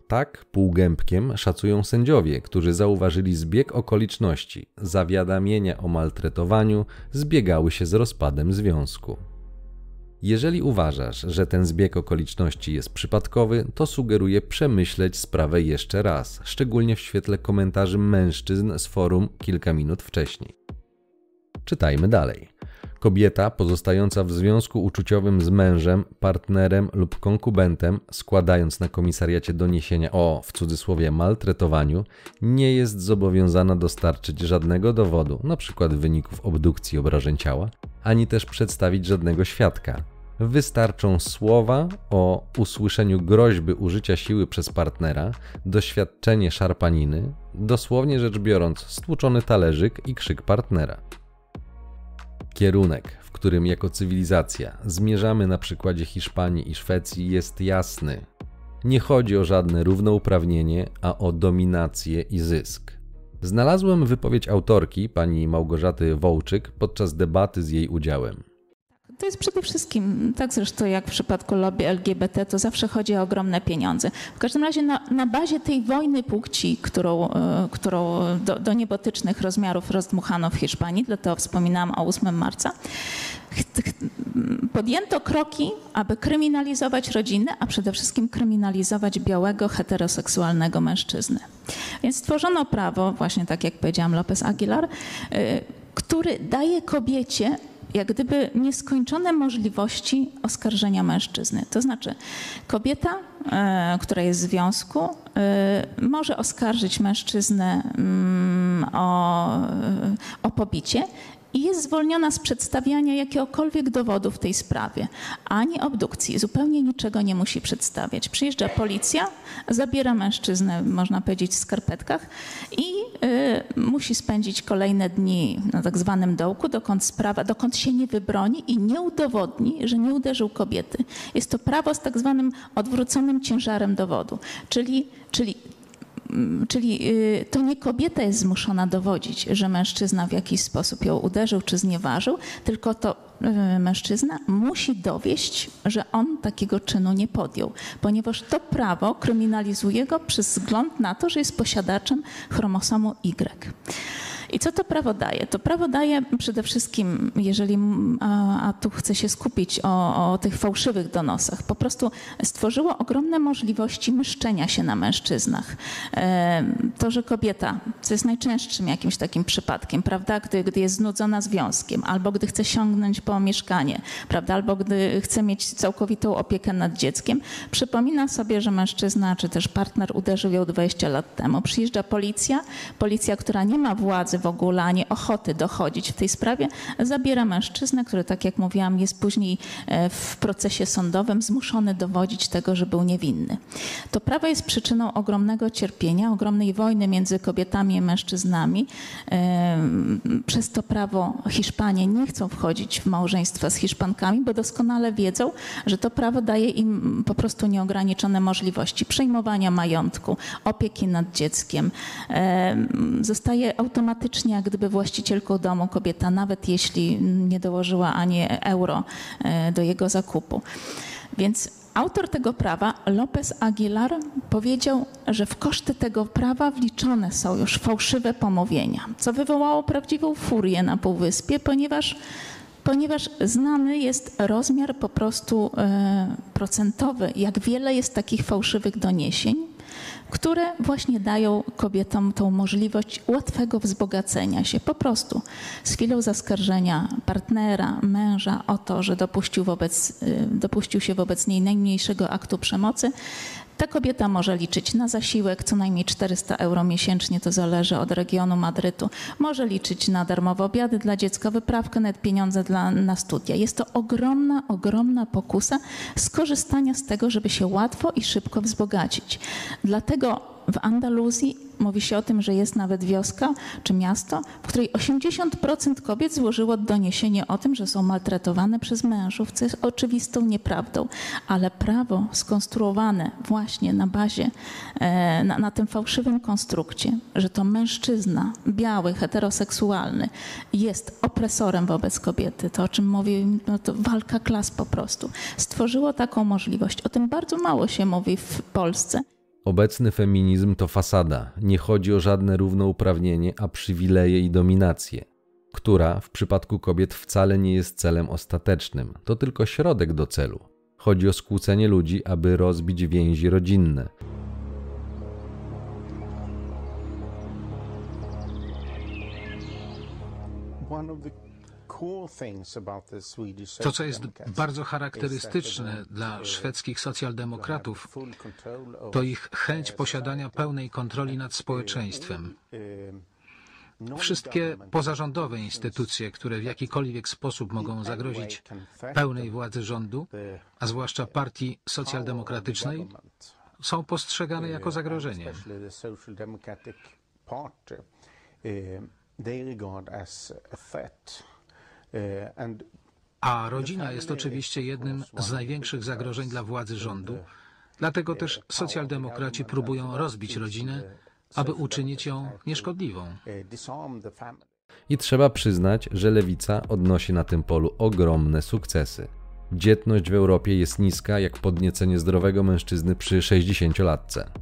tak półgębkiem szacują sędziowie, którzy zauważyli zbieg okoliczności. Zawiadamienia o maltretowaniu zbiegały się z rozpadem związku. Jeżeli uważasz, że ten zbieg okoliczności jest przypadkowy, to sugeruję przemyśleć sprawę jeszcze raz, szczególnie w świetle komentarzy mężczyzn z forum kilka minut wcześniej. Czytajmy dalej. Kobieta pozostająca w związku uczuciowym z mężem, partnerem lub konkubentem, składając na komisariacie doniesienia o, w cudzysłowie, maltretowaniu, nie jest zobowiązana dostarczyć żadnego dowodu, np. wyników obdukcji obrażeń ciała, ani też przedstawić żadnego świadka. Wystarczą słowa o usłyszeniu groźby użycia siły przez partnera, doświadczenie szarpaniny, dosłownie rzecz biorąc stłuczony talerzyk i krzyk partnera. Kierunek, w którym jako cywilizacja zmierzamy na przykładzie Hiszpanii i Szwecji, jest jasny. Nie chodzi o żadne równouprawnienie, a o dominację i zysk. Znalazłem wypowiedź autorki, pani Małgorzaty Wołczyk, podczas debaty z jej udziałem. To jest przede wszystkim, tak zresztą jak w przypadku lobby L G B T, to zawsze chodzi o ogromne pieniądze. W każdym razie na, na bazie tej wojny płci, którą, którą do, do niebotycznych rozmiarów rozdmuchano w Hiszpanii, dlatego wspominałam o ósmego marca, podjęto kroki, aby kryminalizować rodzinę, a przede wszystkim kryminalizować białego, heteroseksualnego mężczyznę. Więc stworzono prawo, właśnie tak jak powiedziałam, López Aguilar, który daje kobiecie jak gdyby nieskończone możliwości oskarżenia mężczyzny. To znaczy kobieta, e, która jest w związku, e, może oskarżyć mężczyznę mm, o, o pobicie i jest zwolniona z przedstawiania jakiegokolwiek dowodu w tej sprawie, ani obdukcji, zupełnie niczego nie musi przedstawiać. Przyjeżdża policja, zabiera mężczyznę, można powiedzieć, w skarpetkach i y, musi spędzić kolejne dni na tak zwanym dołku, dokąd sprawa, dokąd się nie wybroni i nie udowodni, że nie uderzył kobiety. Jest to prawo z tak zwanym odwróconym ciężarem dowodu, czyli, czyli Czyli to nie kobieta jest zmuszona dowodzić, że mężczyzna w jakiś sposób ją uderzył czy znieważył, tylko to mężczyzna musi dowieść, że on takiego czynu nie podjął, ponieważ to prawo kryminalizuje go przez wzgląd na to, że jest posiadaczem chromosomu Y. I co to prawo daje? To prawo daje przede wszystkim, jeżeli, a, a tu chcę się skupić o, o tych fałszywych donosach, po prostu stworzyło ogromne możliwości myszczenia się na mężczyznach. E, to, że kobieta, co jest najczęstszym jakimś takim przypadkiem, prawda, gdy, gdy jest znudzona związkiem, albo gdy chce sięgnąć po mieszkanie, prawda, albo gdy chce mieć całkowitą opiekę nad dzieckiem, przypomina sobie, że mężczyzna czy też partner uderzył ją dwadzieścia lat temu. Przyjeżdża policja, policja, która nie ma władzy w ogóle, ani ochoty dochodzić w tej sprawie, zabiera mężczyznę, który, tak jak mówiłam, jest później w procesie sądowym zmuszony dowodzić tego, że był niewinny. To prawo jest przyczyną ogromnego cierpienia, ogromnej wojny między kobietami i mężczyznami. Przez to prawo Hiszpanie nie chcą wchodzić w małżeństwa z Hiszpankami, bo doskonale wiedzą, że to prawo daje im po prostu nieograniczone możliwości przejmowania majątku, opieki nad dzieckiem. Zostaje automatycznie jak gdyby właścicielką domu kobieta, nawet jeśli nie dołożyła ani euro do jego zakupu. Więc autor tego prawa, López Aguilar, powiedział, że w koszty tego prawa wliczone są już fałszywe pomówienia, co wywołało prawdziwą furię na Półwyspie, ponieważ ponieważ znany jest rozmiar po prostu e, procentowy, jak wiele jest takich fałszywych doniesień, które właśnie dają kobietom tą możliwość łatwego wzbogacenia się. Po prostu z chwilą zaskarżenia partnera, męża o to, że dopuścił, wobec, dopuścił się wobec niej najmniejszego aktu przemocy, ta kobieta może liczyć na zasiłek, co najmniej czterysta euro miesięcznie, to zależy od regionu Madrytu. Może liczyć na darmowe obiady dla dziecka, wyprawkę, nawet pieniądze dla, na studia. Jest to ogromna, ogromna pokusa skorzystania z tego, żeby się łatwo i szybko wzbogacić. Dlatego w Andaluzji mówi się o tym, że jest nawet wioska czy miasto, w której osiemdziesiąt procent kobiet złożyło doniesienie o tym, że są maltretowane przez mężów, co jest oczywistą nieprawdą. Ale prawo skonstruowane właśnie na bazie, na, na tym fałszywym konstrukcie, że to mężczyzna, biały, heteroseksualny jest opresorem wobec kobiety, to o czym mówi, no to walka klas po prostu, stworzyło taką możliwość. O tym bardzo mało się mówi w Polsce. Obecny feminizm to fasada, nie chodzi o żadne równouprawnienie, a przywileje i dominację, która w przypadku kobiet wcale nie jest celem ostatecznym, to tylko środek do celu. Chodzi o skłócenie ludzi, aby rozbić więzi rodzinne. To, co jest bardzo charakterystyczne dla szwedzkich socjaldemokratów, to ich chęć posiadania pełnej kontroli nad społeczeństwem. Wszystkie pozarządowe instytucje, które w jakikolwiek sposób mogą zagrozić pełnej władzy rządu, a zwłaszcza partii socjaldemokratycznej, są postrzegane jako zagrożenie. A rodzina jest oczywiście jednym z największych zagrożeń dla władzy rządu, dlatego też socjaldemokraci próbują rozbić rodzinę, aby uczynić ją nieszkodliwą. I trzeba przyznać, że lewica odnosi na tym polu ogromne sukcesy. Dzietność w Europie jest niska jak podniecenie zdrowego mężczyzny przy sześćdziesięciolatce.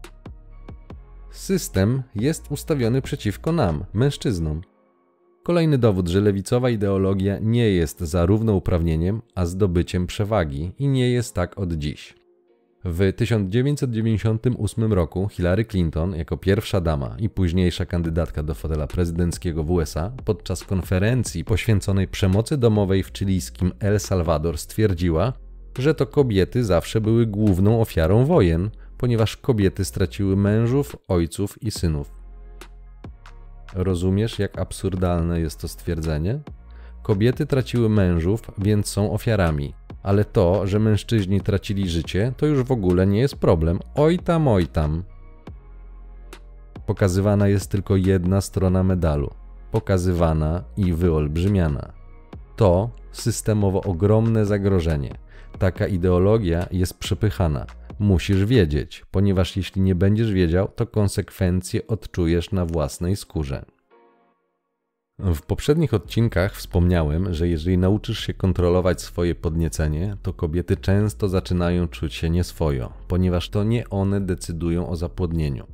System jest ustawiony przeciwko nam, mężczyznom. Kolejny dowód, że lewicowa ideologia nie jest za równouprawnieniem, a zdobyciem przewagi i nie jest tak od dziś. W tysiąc dziewięćset dziewięćdziesiątym ósmym roku Hillary Clinton, jako pierwsza dama i późniejsza kandydatka do fotela prezydenckiego w U S A, podczas konferencji poświęconej przemocy domowej w chilijskim El Salvador stwierdziła, że to kobiety zawsze były główną ofiarą wojen, ponieważ kobiety straciły mężów, ojców i synów. Rozumiesz, jak absurdalne jest to stwierdzenie? Kobiety traciły mężów, więc są ofiarami. Ale to, że mężczyźni tracili życie, to już w ogóle nie jest problem. Oj tam, oj tam. Pokazywana jest tylko jedna strona medalu. Pokazywana i wyolbrzymiana. To systemowo ogromne zagrożenie. Taka ideologia jest przepychana. Musisz wiedzieć, ponieważ jeśli nie będziesz wiedział, to konsekwencje odczujesz na własnej skórze. W poprzednich odcinkach wspomniałem, że jeżeli nauczysz się kontrolować swoje podniecenie, to kobiety często zaczynają czuć się nieswojo, ponieważ to nie one decydują o zapłodnieniu.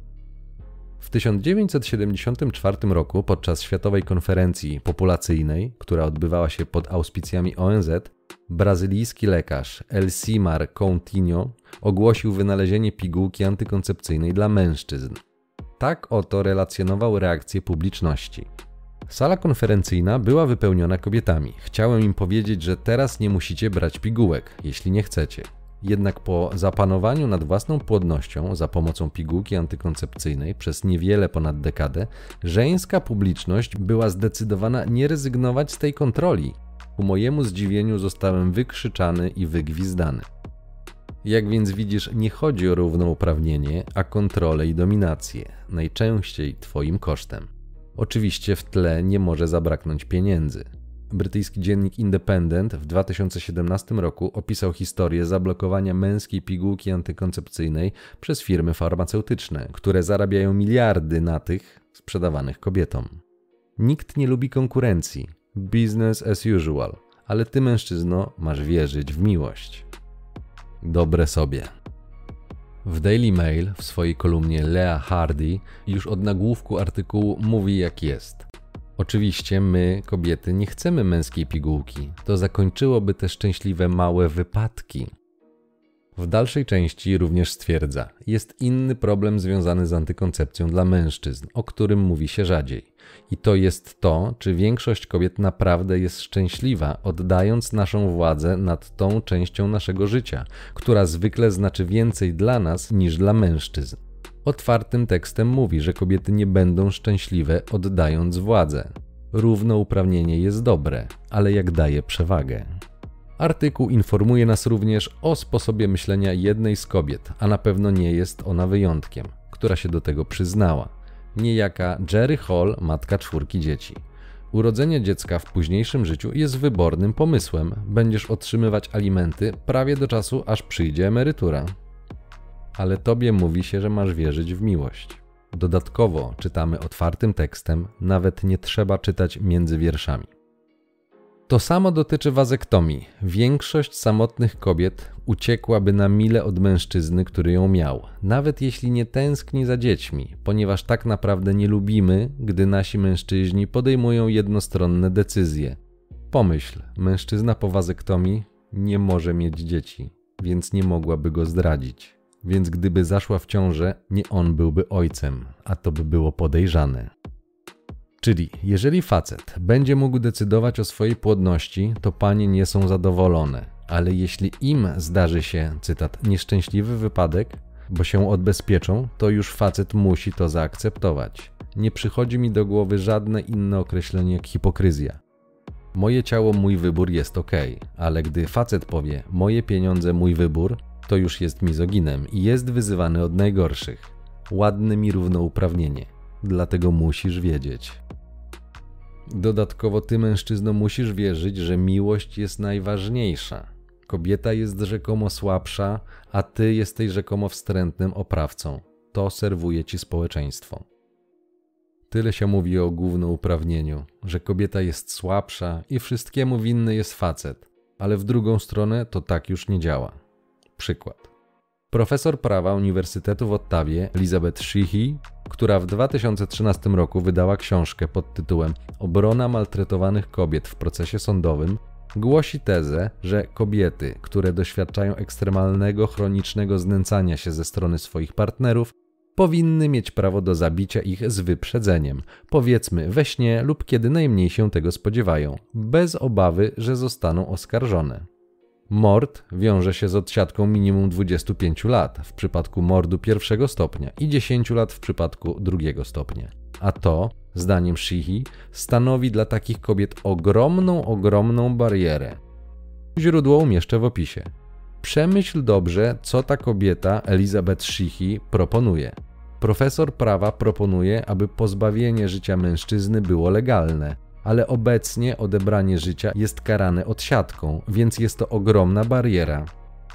W tysiąc dziewięćset siedemdziesiątym czwartym roku podczas Światowej Konferencji Populacyjnej, która odbywała się pod auspicjami O N Z, brazylijski lekarz Elcimar Coutinho ogłosił wynalezienie pigułki antykoncepcyjnej dla mężczyzn. Tak oto relacjonował reakcję publiczności. Sala konferencyjna była wypełniona kobietami. Chciałem im powiedzieć, że teraz nie musicie brać pigułek, jeśli nie chcecie. Jednak po zapanowaniu nad własną płodnością za pomocą pigułki antykoncepcyjnej przez niewiele ponad dekadę, żeńska publiczność była zdecydowana nie rezygnować z tej kontroli. Ku mojemu zdziwieniu zostałem wykrzyczany i wygwizdany. Jak więc widzisz, nie chodzi o równouprawnienie, a kontrolę i dominację, najczęściej twoim kosztem. Oczywiście w tle nie może zabraknąć pieniędzy. Brytyjski dziennik Independent w dwa tysiące siedemnastym roku opisał historię zablokowania męskiej pigułki antykoncepcyjnej przez firmy farmaceutyczne, które zarabiają miliardy na tych sprzedawanych kobietom. Nikt nie lubi konkurencji. Business as usual. Ale ty, mężczyzno, masz wierzyć w miłość. Dobre sobie. W Daily Mail w swojej kolumnie Lea Hardy już od nagłówku artykułu mówi jak jest. Oczywiście my, kobiety, nie chcemy męskiej pigułki. To zakończyłoby te szczęśliwe małe wypadki. W dalszej części również stwierdza, jest inny problem związany z antykoncepcją dla mężczyzn, o którym mówi się rzadziej. I to jest to, czy większość kobiet naprawdę jest szczęśliwa, oddając naszą władzę nad tą częścią naszego życia, która zwykle znaczy więcej dla nas niż dla mężczyzn. Otwartym tekstem mówi, że kobiety nie będą szczęśliwe, oddając władzę. Równouprawnienie jest dobre, ale jak daje przewagę. Artykuł informuje nas również o sposobie myślenia jednej z kobiet, a na pewno nie jest ona wyjątkiem, która się do tego przyznała. Niejaka Jerry Hall, matka czwórki dzieci. Urodzenie dziecka w późniejszym życiu jest wybornym pomysłem. Będziesz otrzymywać alimenty prawie do czasu, aż przyjdzie emerytura. Ale tobie mówi się, że masz wierzyć w miłość. Dodatkowo czytamy otwartym tekstem, nawet nie trzeba czytać między wierszami. To samo dotyczy wazektomii. Większość samotnych kobiet uciekłaby na mile od mężczyzny, który ją miał, nawet jeśli nie tęskni za dziećmi, ponieważ tak naprawdę nie lubimy, gdy nasi mężczyźni podejmują jednostronne decyzje. Pomyśl, mężczyzna po wazektomii nie może mieć dzieci, więc nie mogłaby go zdradzić. Więc gdyby zaszła w ciążę, nie on byłby ojcem, a to by było podejrzane. Czyli jeżeli facet będzie mógł decydować o swojej płodności, to panie nie są zadowolone. Ale jeśli im zdarzy się, cytat, nieszczęśliwy wypadek, bo się odbezpieczą, to już facet musi to zaakceptować. Nie przychodzi mi do głowy żadne inne określenie jak hipokryzja. Moje ciało, mój wybór jest okej, ale gdy facet powie moje pieniądze, mój wybór, to już jest mizoginem i jest wyzywany od najgorszych. Ładne mi równouprawnienie. Dlatego musisz wiedzieć. Dodatkowo ty, mężczyzno, musisz wierzyć, że miłość jest najważniejsza. Kobieta jest rzekomo słabsza, a ty jesteś rzekomo wstrętnym oprawcą. To serwuje ci społeczeństwo. Tyle się mówi o głównouprawnieniu, że kobieta jest słabsza i wszystkiemu winny jest facet, ale w drugą stronę to tak już nie działa. Przykład. Profesor prawa Uniwersytetu w Ottawie Elizabeth Sheehy, która w dwa tysiące trzynastym roku wydała książkę pod tytułem Obrona maltretowanych kobiet w procesie sądowym, głosi tezę, że kobiety, które doświadczają ekstremalnego, chronicznego znęcania się ze strony swoich partnerów, powinny mieć prawo do zabicia ich z wyprzedzeniem, powiedzmy we śnie lub kiedy najmniej się tego spodziewają, bez obawy, że zostaną oskarżone. Mord wiąże się z odsiadką minimum dwudziestu pięciu lat w przypadku mordu pierwszego stopnia i dziesięciu lat w przypadku drugiego stopnia. A to, zdaniem Sheehy, stanowi dla takich kobiet ogromną, ogromną barierę. Źródło umieszczę w opisie. Przemyśl dobrze, co ta kobieta, Elizabeth Sheehy, proponuje. Profesor prawa proponuje, aby pozbawienie życia mężczyzny było legalne, ale obecnie odebranie życia jest karane odsiadką, więc jest to ogromna bariera.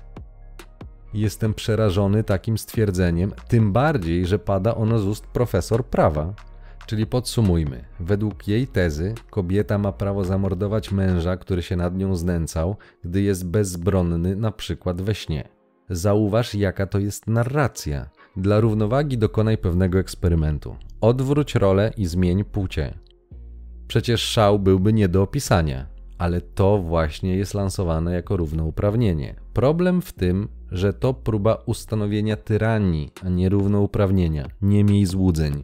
Jestem przerażony takim stwierdzeniem, tym bardziej, że pada ono z ust profesor prawa. Czyli podsumujmy, według jej tezy kobieta ma prawo zamordować męża, który się nad nią znęcał, gdy jest bezbronny, na przykład we śnie. Zauważ, jaka to jest narracja. Dla równowagi dokonaj pewnego eksperymentu. Odwróć rolę i zmień płcie. Przecież szał byłby nie do opisania, ale to właśnie jest lansowane jako równouprawnienie. Problem w tym, że to próba ustanowienia tyranii, a nie równouprawnienia. Nie miej złudzeń.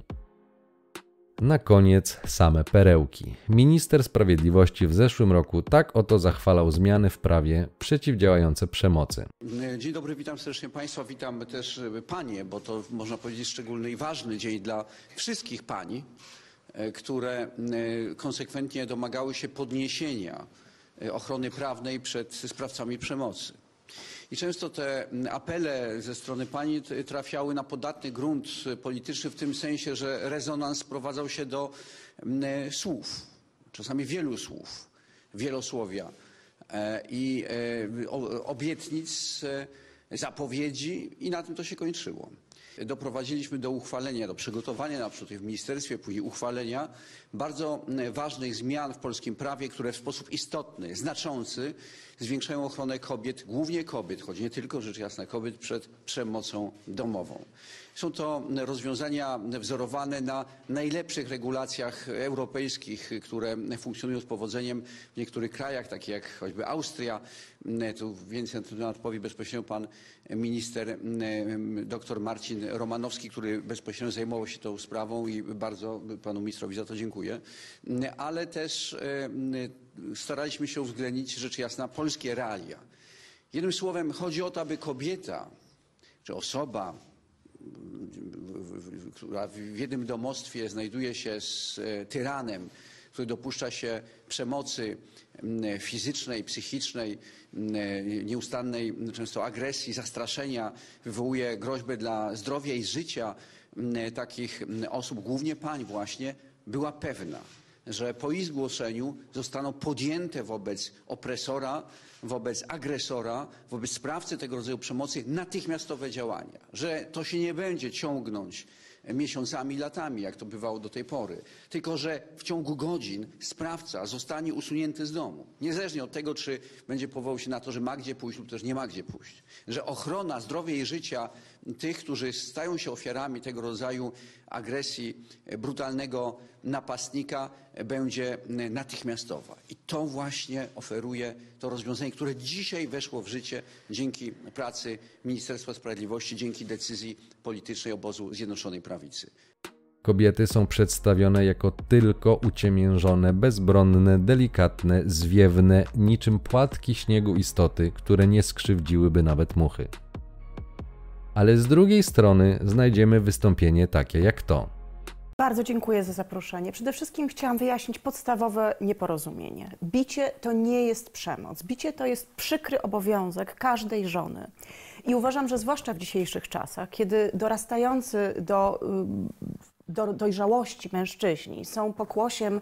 Na koniec same perełki. Minister Sprawiedliwości w zeszłym roku tak oto zachwalał zmiany w prawie przeciwdziałające przemocy. Dzień dobry, witam serdecznie Państwa, witam też Panie, bo to można powiedzieć szczególny i ważny dzień dla wszystkich pań, które konsekwentnie domagały się podniesienia ochrony prawnej przed sprawcami przemocy. I często te apele ze strony pani trafiały na podatny grunt polityczny w tym sensie, że rezonans sprowadzał się do słów, czasami wielu słów, wielosłowia i obietnic, zapowiedzi i na tym to się kończyło. Doprowadziliśmy do uchwalenia, do przygotowania na przykład w ministerstwie, później uchwalenia bardzo ważnych zmian w polskim prawie, które w sposób istotny, znaczący zwiększają ochronę kobiet, głównie kobiet, choć nie tylko rzecz jasna kobiet, przed przemocą domową. Są to rozwiązania wzorowane na najlepszych regulacjach europejskich, które funkcjonują z powodzeniem w niektórych krajach, takich jak choćby Austria. Tu więcej na ten temat powie bezpośrednio pan minister dr Marcin Romanowski, który bezpośrednio zajmował się tą sprawą i bardzo panu ministrowi za to dziękuję. Ale też staraliśmy się uwzględnić rzecz jasna polskie realia. Jednym słowem chodzi o to, aby kobieta czy osoba, która w jednym domostwie znajduje się z tyranem, który dopuszcza się przemocy fizycznej, psychicznej, nieustannej często agresji, zastraszenia, wywołuje groźbę dla zdrowia i życia takich osób, głównie pań właśnie, była pewna, że po ich zgłoszeniu zostaną podjęte wobec opresora, wobec agresora, wobec sprawcy tego rodzaju przemocy natychmiastowe działania, że to się nie będzie ciągnąć miesiącami, latami, jak to bywało do tej pory. Tylko że w ciągu godzin sprawca zostanie usunięty z domu. Niezależnie od tego, czy będzie powoływał się na to, że ma gdzie pójść lub też nie ma gdzie pójść. Że ochrona zdrowia i życia tych, którzy stają się ofiarami tego rodzaju agresji brutalnego napastnika, będzie natychmiastowa. I to właśnie oferuje to rozwiązanie, które dzisiaj weszło w życie dzięki pracy Ministerstwa Sprawiedliwości, dzięki decyzji politycznej obozu Zjednoczonej Prawicy. Kobiety są przedstawione jako tylko uciemiężone, bezbronne, delikatne, zwiewne, niczym płatki śniegu istoty, które nie skrzywdziłyby nawet muchy. Ale z drugiej strony znajdziemy wystąpienie takie jak to. Bardzo dziękuję za zaproszenie. Przede wszystkim chciałam wyjaśnić podstawowe nieporozumienie. Bicie to nie jest przemoc. Bicie to jest przykry obowiązek każdej żony. I uważam, że zwłaszcza w dzisiejszych czasach, kiedy dorastający do, do dojrzałości mężczyźni są pokłosiem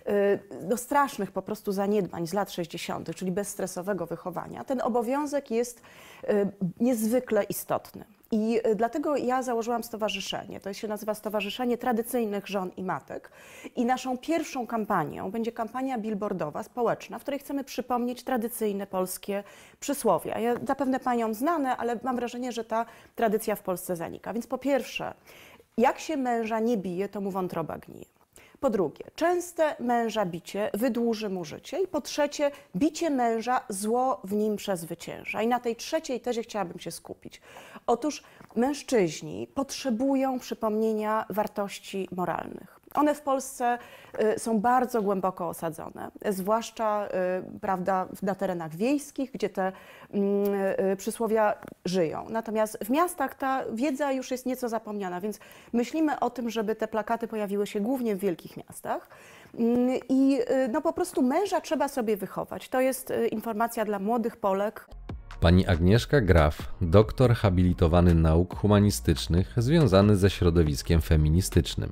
do strasznych po prostu zaniedbań z lat sześćdziesiątych, czyli bezstresowego wychowania, ten obowiązek jest niezwykle istotny. I dlatego ja założyłam stowarzyszenie, to się nazywa Stowarzyszenie Tradycyjnych Żon i Matek i naszą pierwszą kampanią będzie kampania billboardowa, społeczna, w której chcemy przypomnieć tradycyjne polskie przysłowia. Ja zapewne Paniom znane, ale mam wrażenie, że ta tradycja w Polsce zanika. Więc po pierwsze, jak się męża nie bije, to mu wątroba gnije. Po drugie, częste męża bicie wydłuży mu życie. I po trzecie, bicie męża zło w nim przezwycięża. I na tej trzeciej tezie chciałabym się skupić. Otóż mężczyźni potrzebują przypomnienia wartości moralnych. One w Polsce y, są bardzo głęboko osadzone, zwłaszcza y, prawda, na terenach wiejskich, gdzie te y, y, przysłowia żyją. Natomiast w miastach ta wiedza już jest nieco zapomniana, więc myślimy o tym, żeby te plakaty pojawiły się głównie w wielkich miastach. Y, I y, no, po prostu męża trzeba sobie wychować. To jest y, informacja dla młodych Polek. Pani Agnieszka Graf, doktor habilitowany nauk humanistycznych, związany ze środowiskiem feministycznym.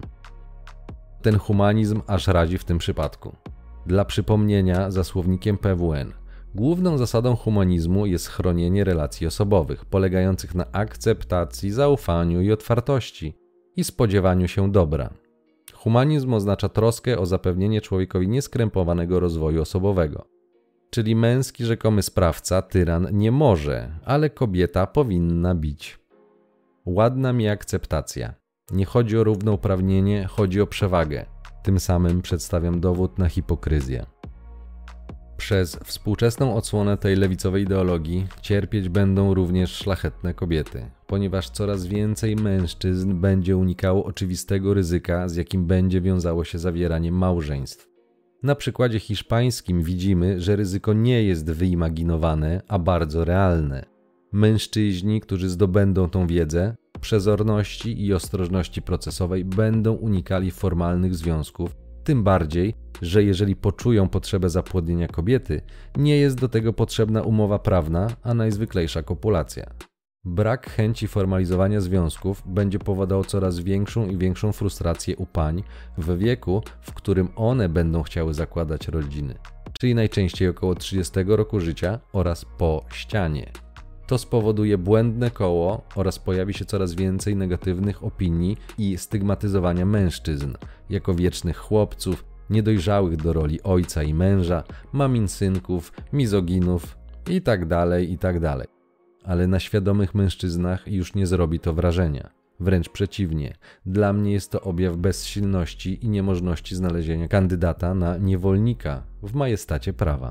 Ten humanizm aż razi w tym przypadku. Dla przypomnienia, za słownikiem P W N, główną zasadą humanizmu jest chronienie relacji osobowych, polegających na akceptacji, zaufaniu i otwartości i spodziewaniu się dobra. Humanizm oznacza troskę o zapewnienie człowiekowi nieskrępowanego rozwoju osobowego. Czyli męski rzekomy sprawca, tyran, nie może, ale kobieta powinna bić. Ładna mi akceptacja. Nie chodzi o równouprawnienie, chodzi o przewagę. Tym samym przedstawiam dowód na hipokryzję. Przez współczesną odsłonę tej lewicowej ideologii cierpieć będą również szlachetne kobiety, ponieważ coraz więcej mężczyzn będzie unikało oczywistego ryzyka, z jakim będzie wiązało się zawieranie małżeństw. Na przykładzie hiszpańskim widzimy, że ryzyko nie jest wyimaginowane, a bardzo realne. Mężczyźni, którzy zdobędą tą wiedzę, przezorności i ostrożności procesowej będą unikali formalnych związków, tym bardziej, że jeżeli poczują potrzebę zapłodnienia kobiety, nie jest do tego potrzebna umowa prawna, a najzwyklejsza kopulacja. Brak chęci formalizowania związków będzie powodował coraz większą i większą frustrację u pań w wieku, w którym one będą chciały zakładać rodziny, czyli najczęściej około trzydziestego roku życia oraz po ścianie. To spowoduje błędne koło oraz pojawi się coraz więcej negatywnych opinii i stygmatyzowania mężczyzn jako wiecznych chłopców, niedojrzałych do roli ojca i męża, maminsynków, mizoginów itd., itd. Ale na świadomych mężczyznach już nie zrobi to wrażenia. Wręcz przeciwnie, dla mnie jest to objaw bezsilności i niemożności znalezienia kandydata na niewolnika w majestacie prawa.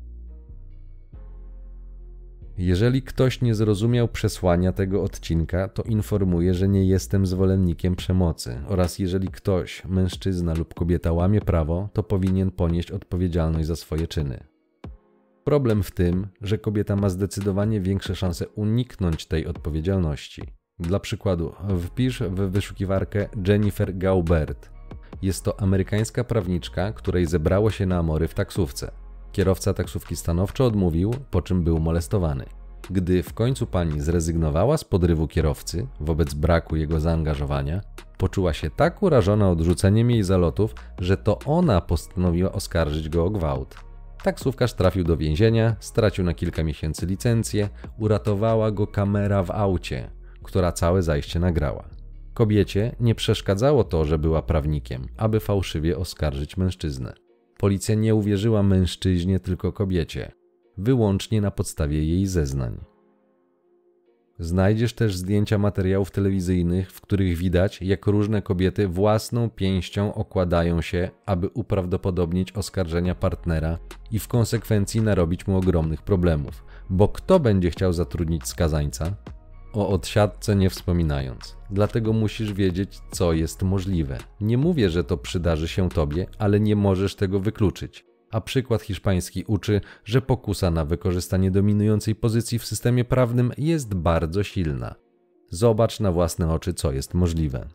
Jeżeli ktoś nie zrozumiał przesłania tego odcinka, to informuję, że nie jestem zwolennikiem przemocy oraz jeżeli ktoś, mężczyzna lub kobieta łamie prawo, to powinien ponieść odpowiedzialność za swoje czyny. Problem w tym, że kobieta ma zdecydowanie większe szanse uniknąć tej odpowiedzialności. Dla przykładu, wpisz w wyszukiwarkę Jennifer Gaubert. Jest to amerykańska prawniczka, której zebrało się na amory w taksówce. Kierowca taksówki stanowczo odmówił, po czym był molestowany. Gdy w końcu pani zrezygnowała z podrywu kierowcy wobec braku jego zaangażowania, poczuła się tak urażona odrzuceniem jej zalotów, że to ona postanowiła oskarżyć go o gwałt. Taksówkarz trafił do więzienia, stracił na kilka miesięcy licencję, uratowała go kamera w aucie, która całe zajście nagrała. Kobiecie nie przeszkadzało to, że była prawnikiem, aby fałszywie oskarżyć mężczyznę. Policja nie uwierzyła mężczyźnie, tylko kobiecie, wyłącznie na podstawie jej zeznań. Znajdziesz też zdjęcia materiałów telewizyjnych, w których widać, jak różne kobiety własną pięścią okładają się, aby uprawdopodobnić oskarżenia partnera i w konsekwencji narobić mu ogromnych problemów. Bo kto będzie chciał zatrudnić skazańca? O odsiadce nie wspominając. Dlatego musisz wiedzieć, co jest możliwe. Nie mówię, że to przydarzy się tobie, ale nie możesz tego wykluczyć. A przykład hiszpański uczy, że pokusa na wykorzystanie dominującej pozycji w systemie prawnym jest bardzo silna. Zobacz na własne oczy, co jest możliwe.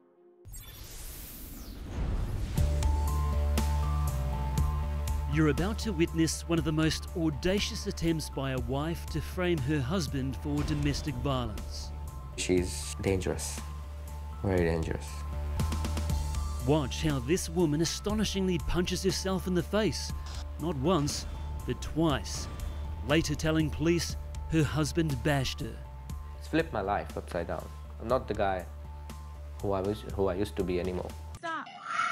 You're about to witness one of the most audacious attempts by a wife to frame her husband for domestic violence. She's dangerous, very dangerous. Watch how this woman astonishingly punches herself in the face, not once, but twice, later telling police her husband bashed her. It's flipped my life upside down. I'm not the guy who I was, who I used to be anymore. Stop.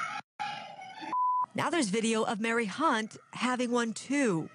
Now there's video of Mary Hunt having one too.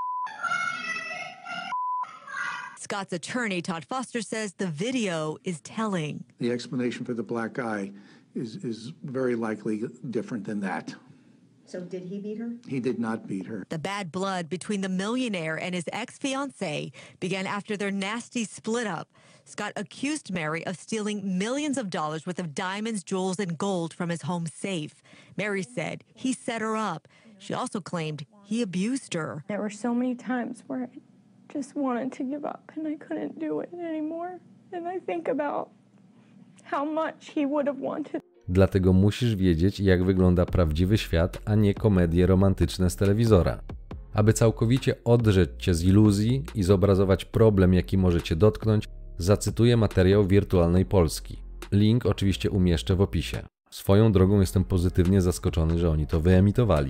Scott's attorney, Todd Foster, says the video is telling. The explanation for the black eye is, is very likely different than that. So did he beat her? He did not beat her. The bad blood between the millionaire and his ex-fiancée began after their nasty split up. Scott accused Mary of stealing millions of dollars worth of diamonds, jewels, and gold from his home safe. Mary said he set her up. She also claimed he abused her. There were so many times where I just wanted to give up and I couldn't do it anymore. And I think about how much he would have wanted. Dlatego musisz wiedzieć, jak wygląda prawdziwy świat, a nie komedie romantyczne z telewizora. Aby całkowicie odrzeć cię z iluzji i zobrazować problem, jaki może cię dotknąć, zacytuję materiał Wirtualnej Polski. Link oczywiście umieszczę w opisie. Swoją drogą jestem pozytywnie zaskoczony, że oni to wyemitowali.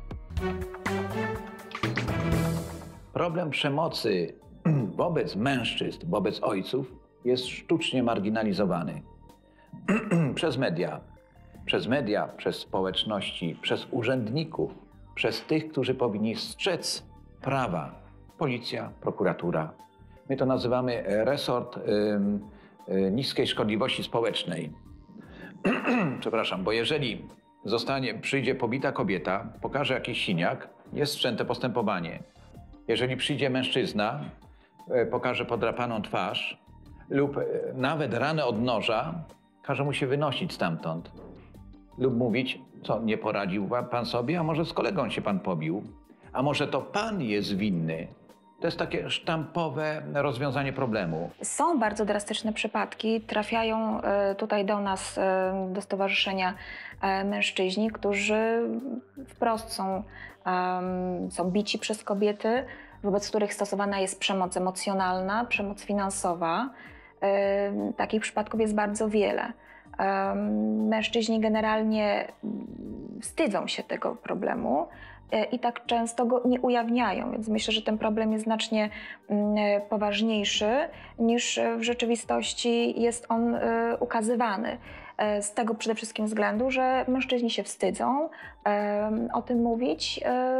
Problem przemocy wobec mężczyzn, wobec ojców jest sztucznie marginalizowany. Przez media, przez media, przez społeczności, przez urzędników, przez tych, którzy powinni strzec prawa. Policja, prokuratura. My to nazywamy resort y, y, niskiej szkodliwości społecznej. Przepraszam, bo jeżeli zostanie, przyjdzie pobita kobieta, pokaże jakiś siniak, jest wszczęte postępowanie. Jeżeli przyjdzie mężczyzna, y, pokaże podrapaną twarz lub y, nawet ranę od noża, każe mu się wynosić stamtąd. Lub mówić, co, nie poradził pan sobie, a może z kolegą się pan pobił, a może to pan jest winny. To jest takie sztampowe rozwiązanie problemu. Są bardzo drastyczne przypadki, trafiają tutaj do nas, do stowarzyszenia mężczyźni, którzy wprost są, są bici przez kobiety, wobec których stosowana jest przemoc emocjonalna, przemoc finansowa. Takich przypadków jest bardzo wiele. Mężczyźni generalnie wstydzą się tego problemu i tak często go nie ujawniają, więc myślę, że ten problem jest znacznie poważniejszy niż w rzeczywistości jest on ukazywany. Z tego przede wszystkim względu, że mężczyźni się wstydzą o tym mówić,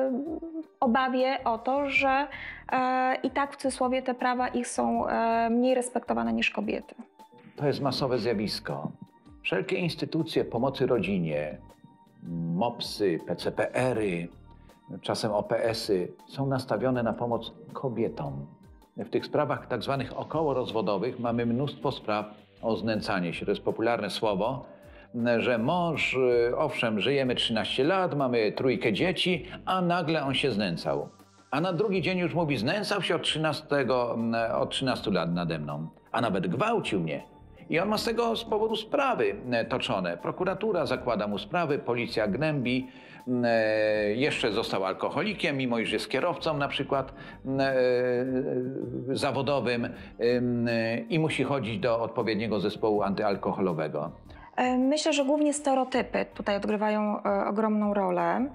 obawie o to, że i tak w cudzysłowie te prawa ich są mniej respektowane niż kobiety. To jest masowe zjawisko. Wszelkie instytucje pomocy rodzinie, mopsy, P C P ery, czasem O P esy są nastawione na pomoc kobietom. W tych sprawach tak zwanych okołorozwodowych mamy mnóstwo spraw o znęcanie się. To jest popularne słowo, że mąż, owszem, żyjemy trzynaście lat, mamy trójkę dzieci, a nagle on się znęcał. A na drugi dzień już mówi, znęcał się od, trzynastego, od trzynastu lat nade mną, a nawet gwałcił mnie. I on ma z tego z powodu sprawy toczone. Prokuratura zakłada mu sprawy, policja gnębi, jeszcze został alkoholikiem, mimo iż jest kierowcą na przykład zawodowym i musi chodzić do odpowiedniego zespołu antyalkoholowego. Myślę, że głównie stereotypy tutaj odgrywają ogromną rolę.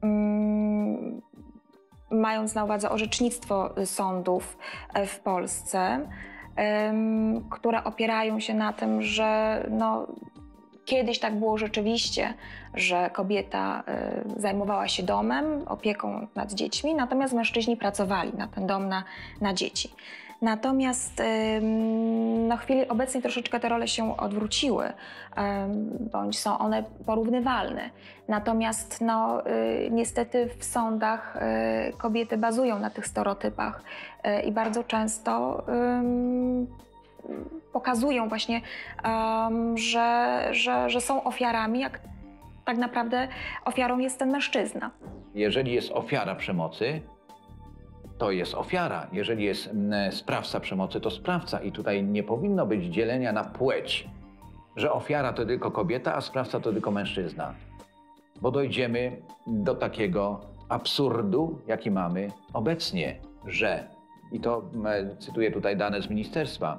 Mając na uwadze orzecznictwo sądów w Polsce, które opierają się na tym, że no, Kiedyś tak było rzeczywiście, że kobieta y, zajmowała się domem, opieką nad dziećmi, natomiast mężczyźni pracowali na ten dom, na, na dzieci. Natomiast y, na chwili obecnej troszeczkę te role się odwróciły, y, bądź są one porównywalne. Natomiast no, y, niestety w sądach y, kobiety bazują na tych stereotypach y, i bardzo często y, pokazują właśnie, um, że, że, że są ofiarami, jak tak naprawdę ofiarą jest ten mężczyzna. Jeżeli jest ofiara przemocy, to jest ofiara. Jeżeli jest sprawca przemocy, to sprawca. I tutaj nie powinno być dzielenia na płeć, że ofiara to tylko kobieta, a sprawca to tylko mężczyzna. Bo dojdziemy do takiego absurdu, jaki mamy obecnie, że, i to cytuję tutaj dane z ministerstwa,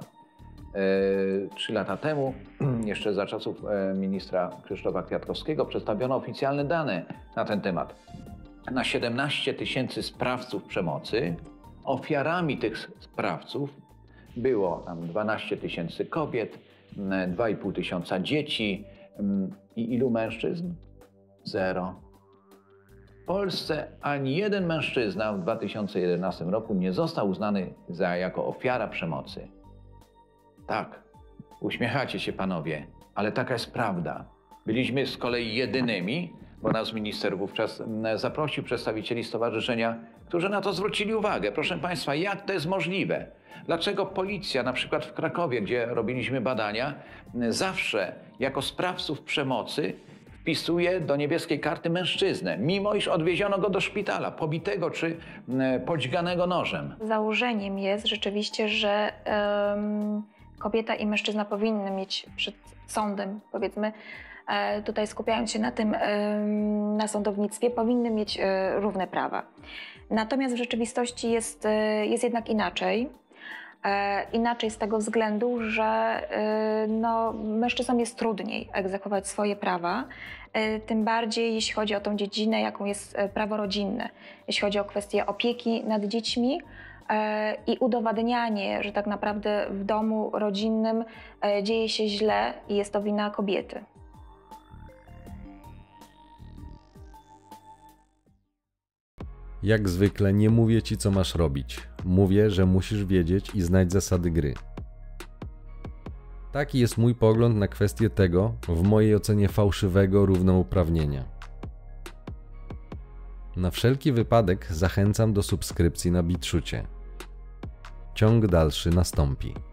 Trzy lata temu, jeszcze za czasów ministra Krzysztofa Kwiatkowskiego, przedstawiono oficjalne dane na ten temat. Na siedemnaście tysięcy sprawców przemocy, ofiarami tych sprawców było tam dwanaście tysięcy kobiet, dwa i pół tysiąca dzieci i ilu mężczyzn? Zero. W Polsce ani jeden mężczyzna w dwa tysiące jedenastym roku nie został uznany za jako ofiara przemocy. Tak, uśmiechacie się panowie, ale taka jest prawda. Byliśmy z kolei jedynymi, bo nas minister wówczas zaprosił przedstawicieli stowarzyszenia, którzy na to zwrócili uwagę. Proszę państwa, jak to jest możliwe? Dlaczego policja, na przykład w Krakowie, gdzie robiliśmy badania, zawsze jako sprawców przemocy wpisuje do niebieskiej karty mężczyznę, mimo iż odwieziono go do szpitala, pobitego czy podźganego nożem? Założeniem jest rzeczywiście, że um, kobieta i mężczyzna powinny mieć przed sądem, powiedzmy, e, tutaj skupiając się na tym, e, na sądownictwie, powinny mieć e, równe prawa. Natomiast w rzeczywistości jest, e, jest jednak inaczej. E, inaczej z tego względu, że e, no, mężczyznom jest trudniej egzekwować swoje prawa, e, tym bardziej jeśli chodzi o tą dziedzinę, jaką jest e, prawo rodzinne, jeśli chodzi o kwestię opieki nad dziećmi e, i udowadnianie, że tak naprawdę w domu rodzinnym e, dzieje się źle i jest to wina kobiety. Jak zwykle nie mówię ci, co masz robić. Mówię, że musisz wiedzieć i znać zasady gry. Taki jest mój pogląd na kwestię tego, w mojej ocenie fałszywego równouprawnienia. Na wszelki wypadek zachęcam do subskrypcji na BitChucie. Ciąg dalszy nastąpi.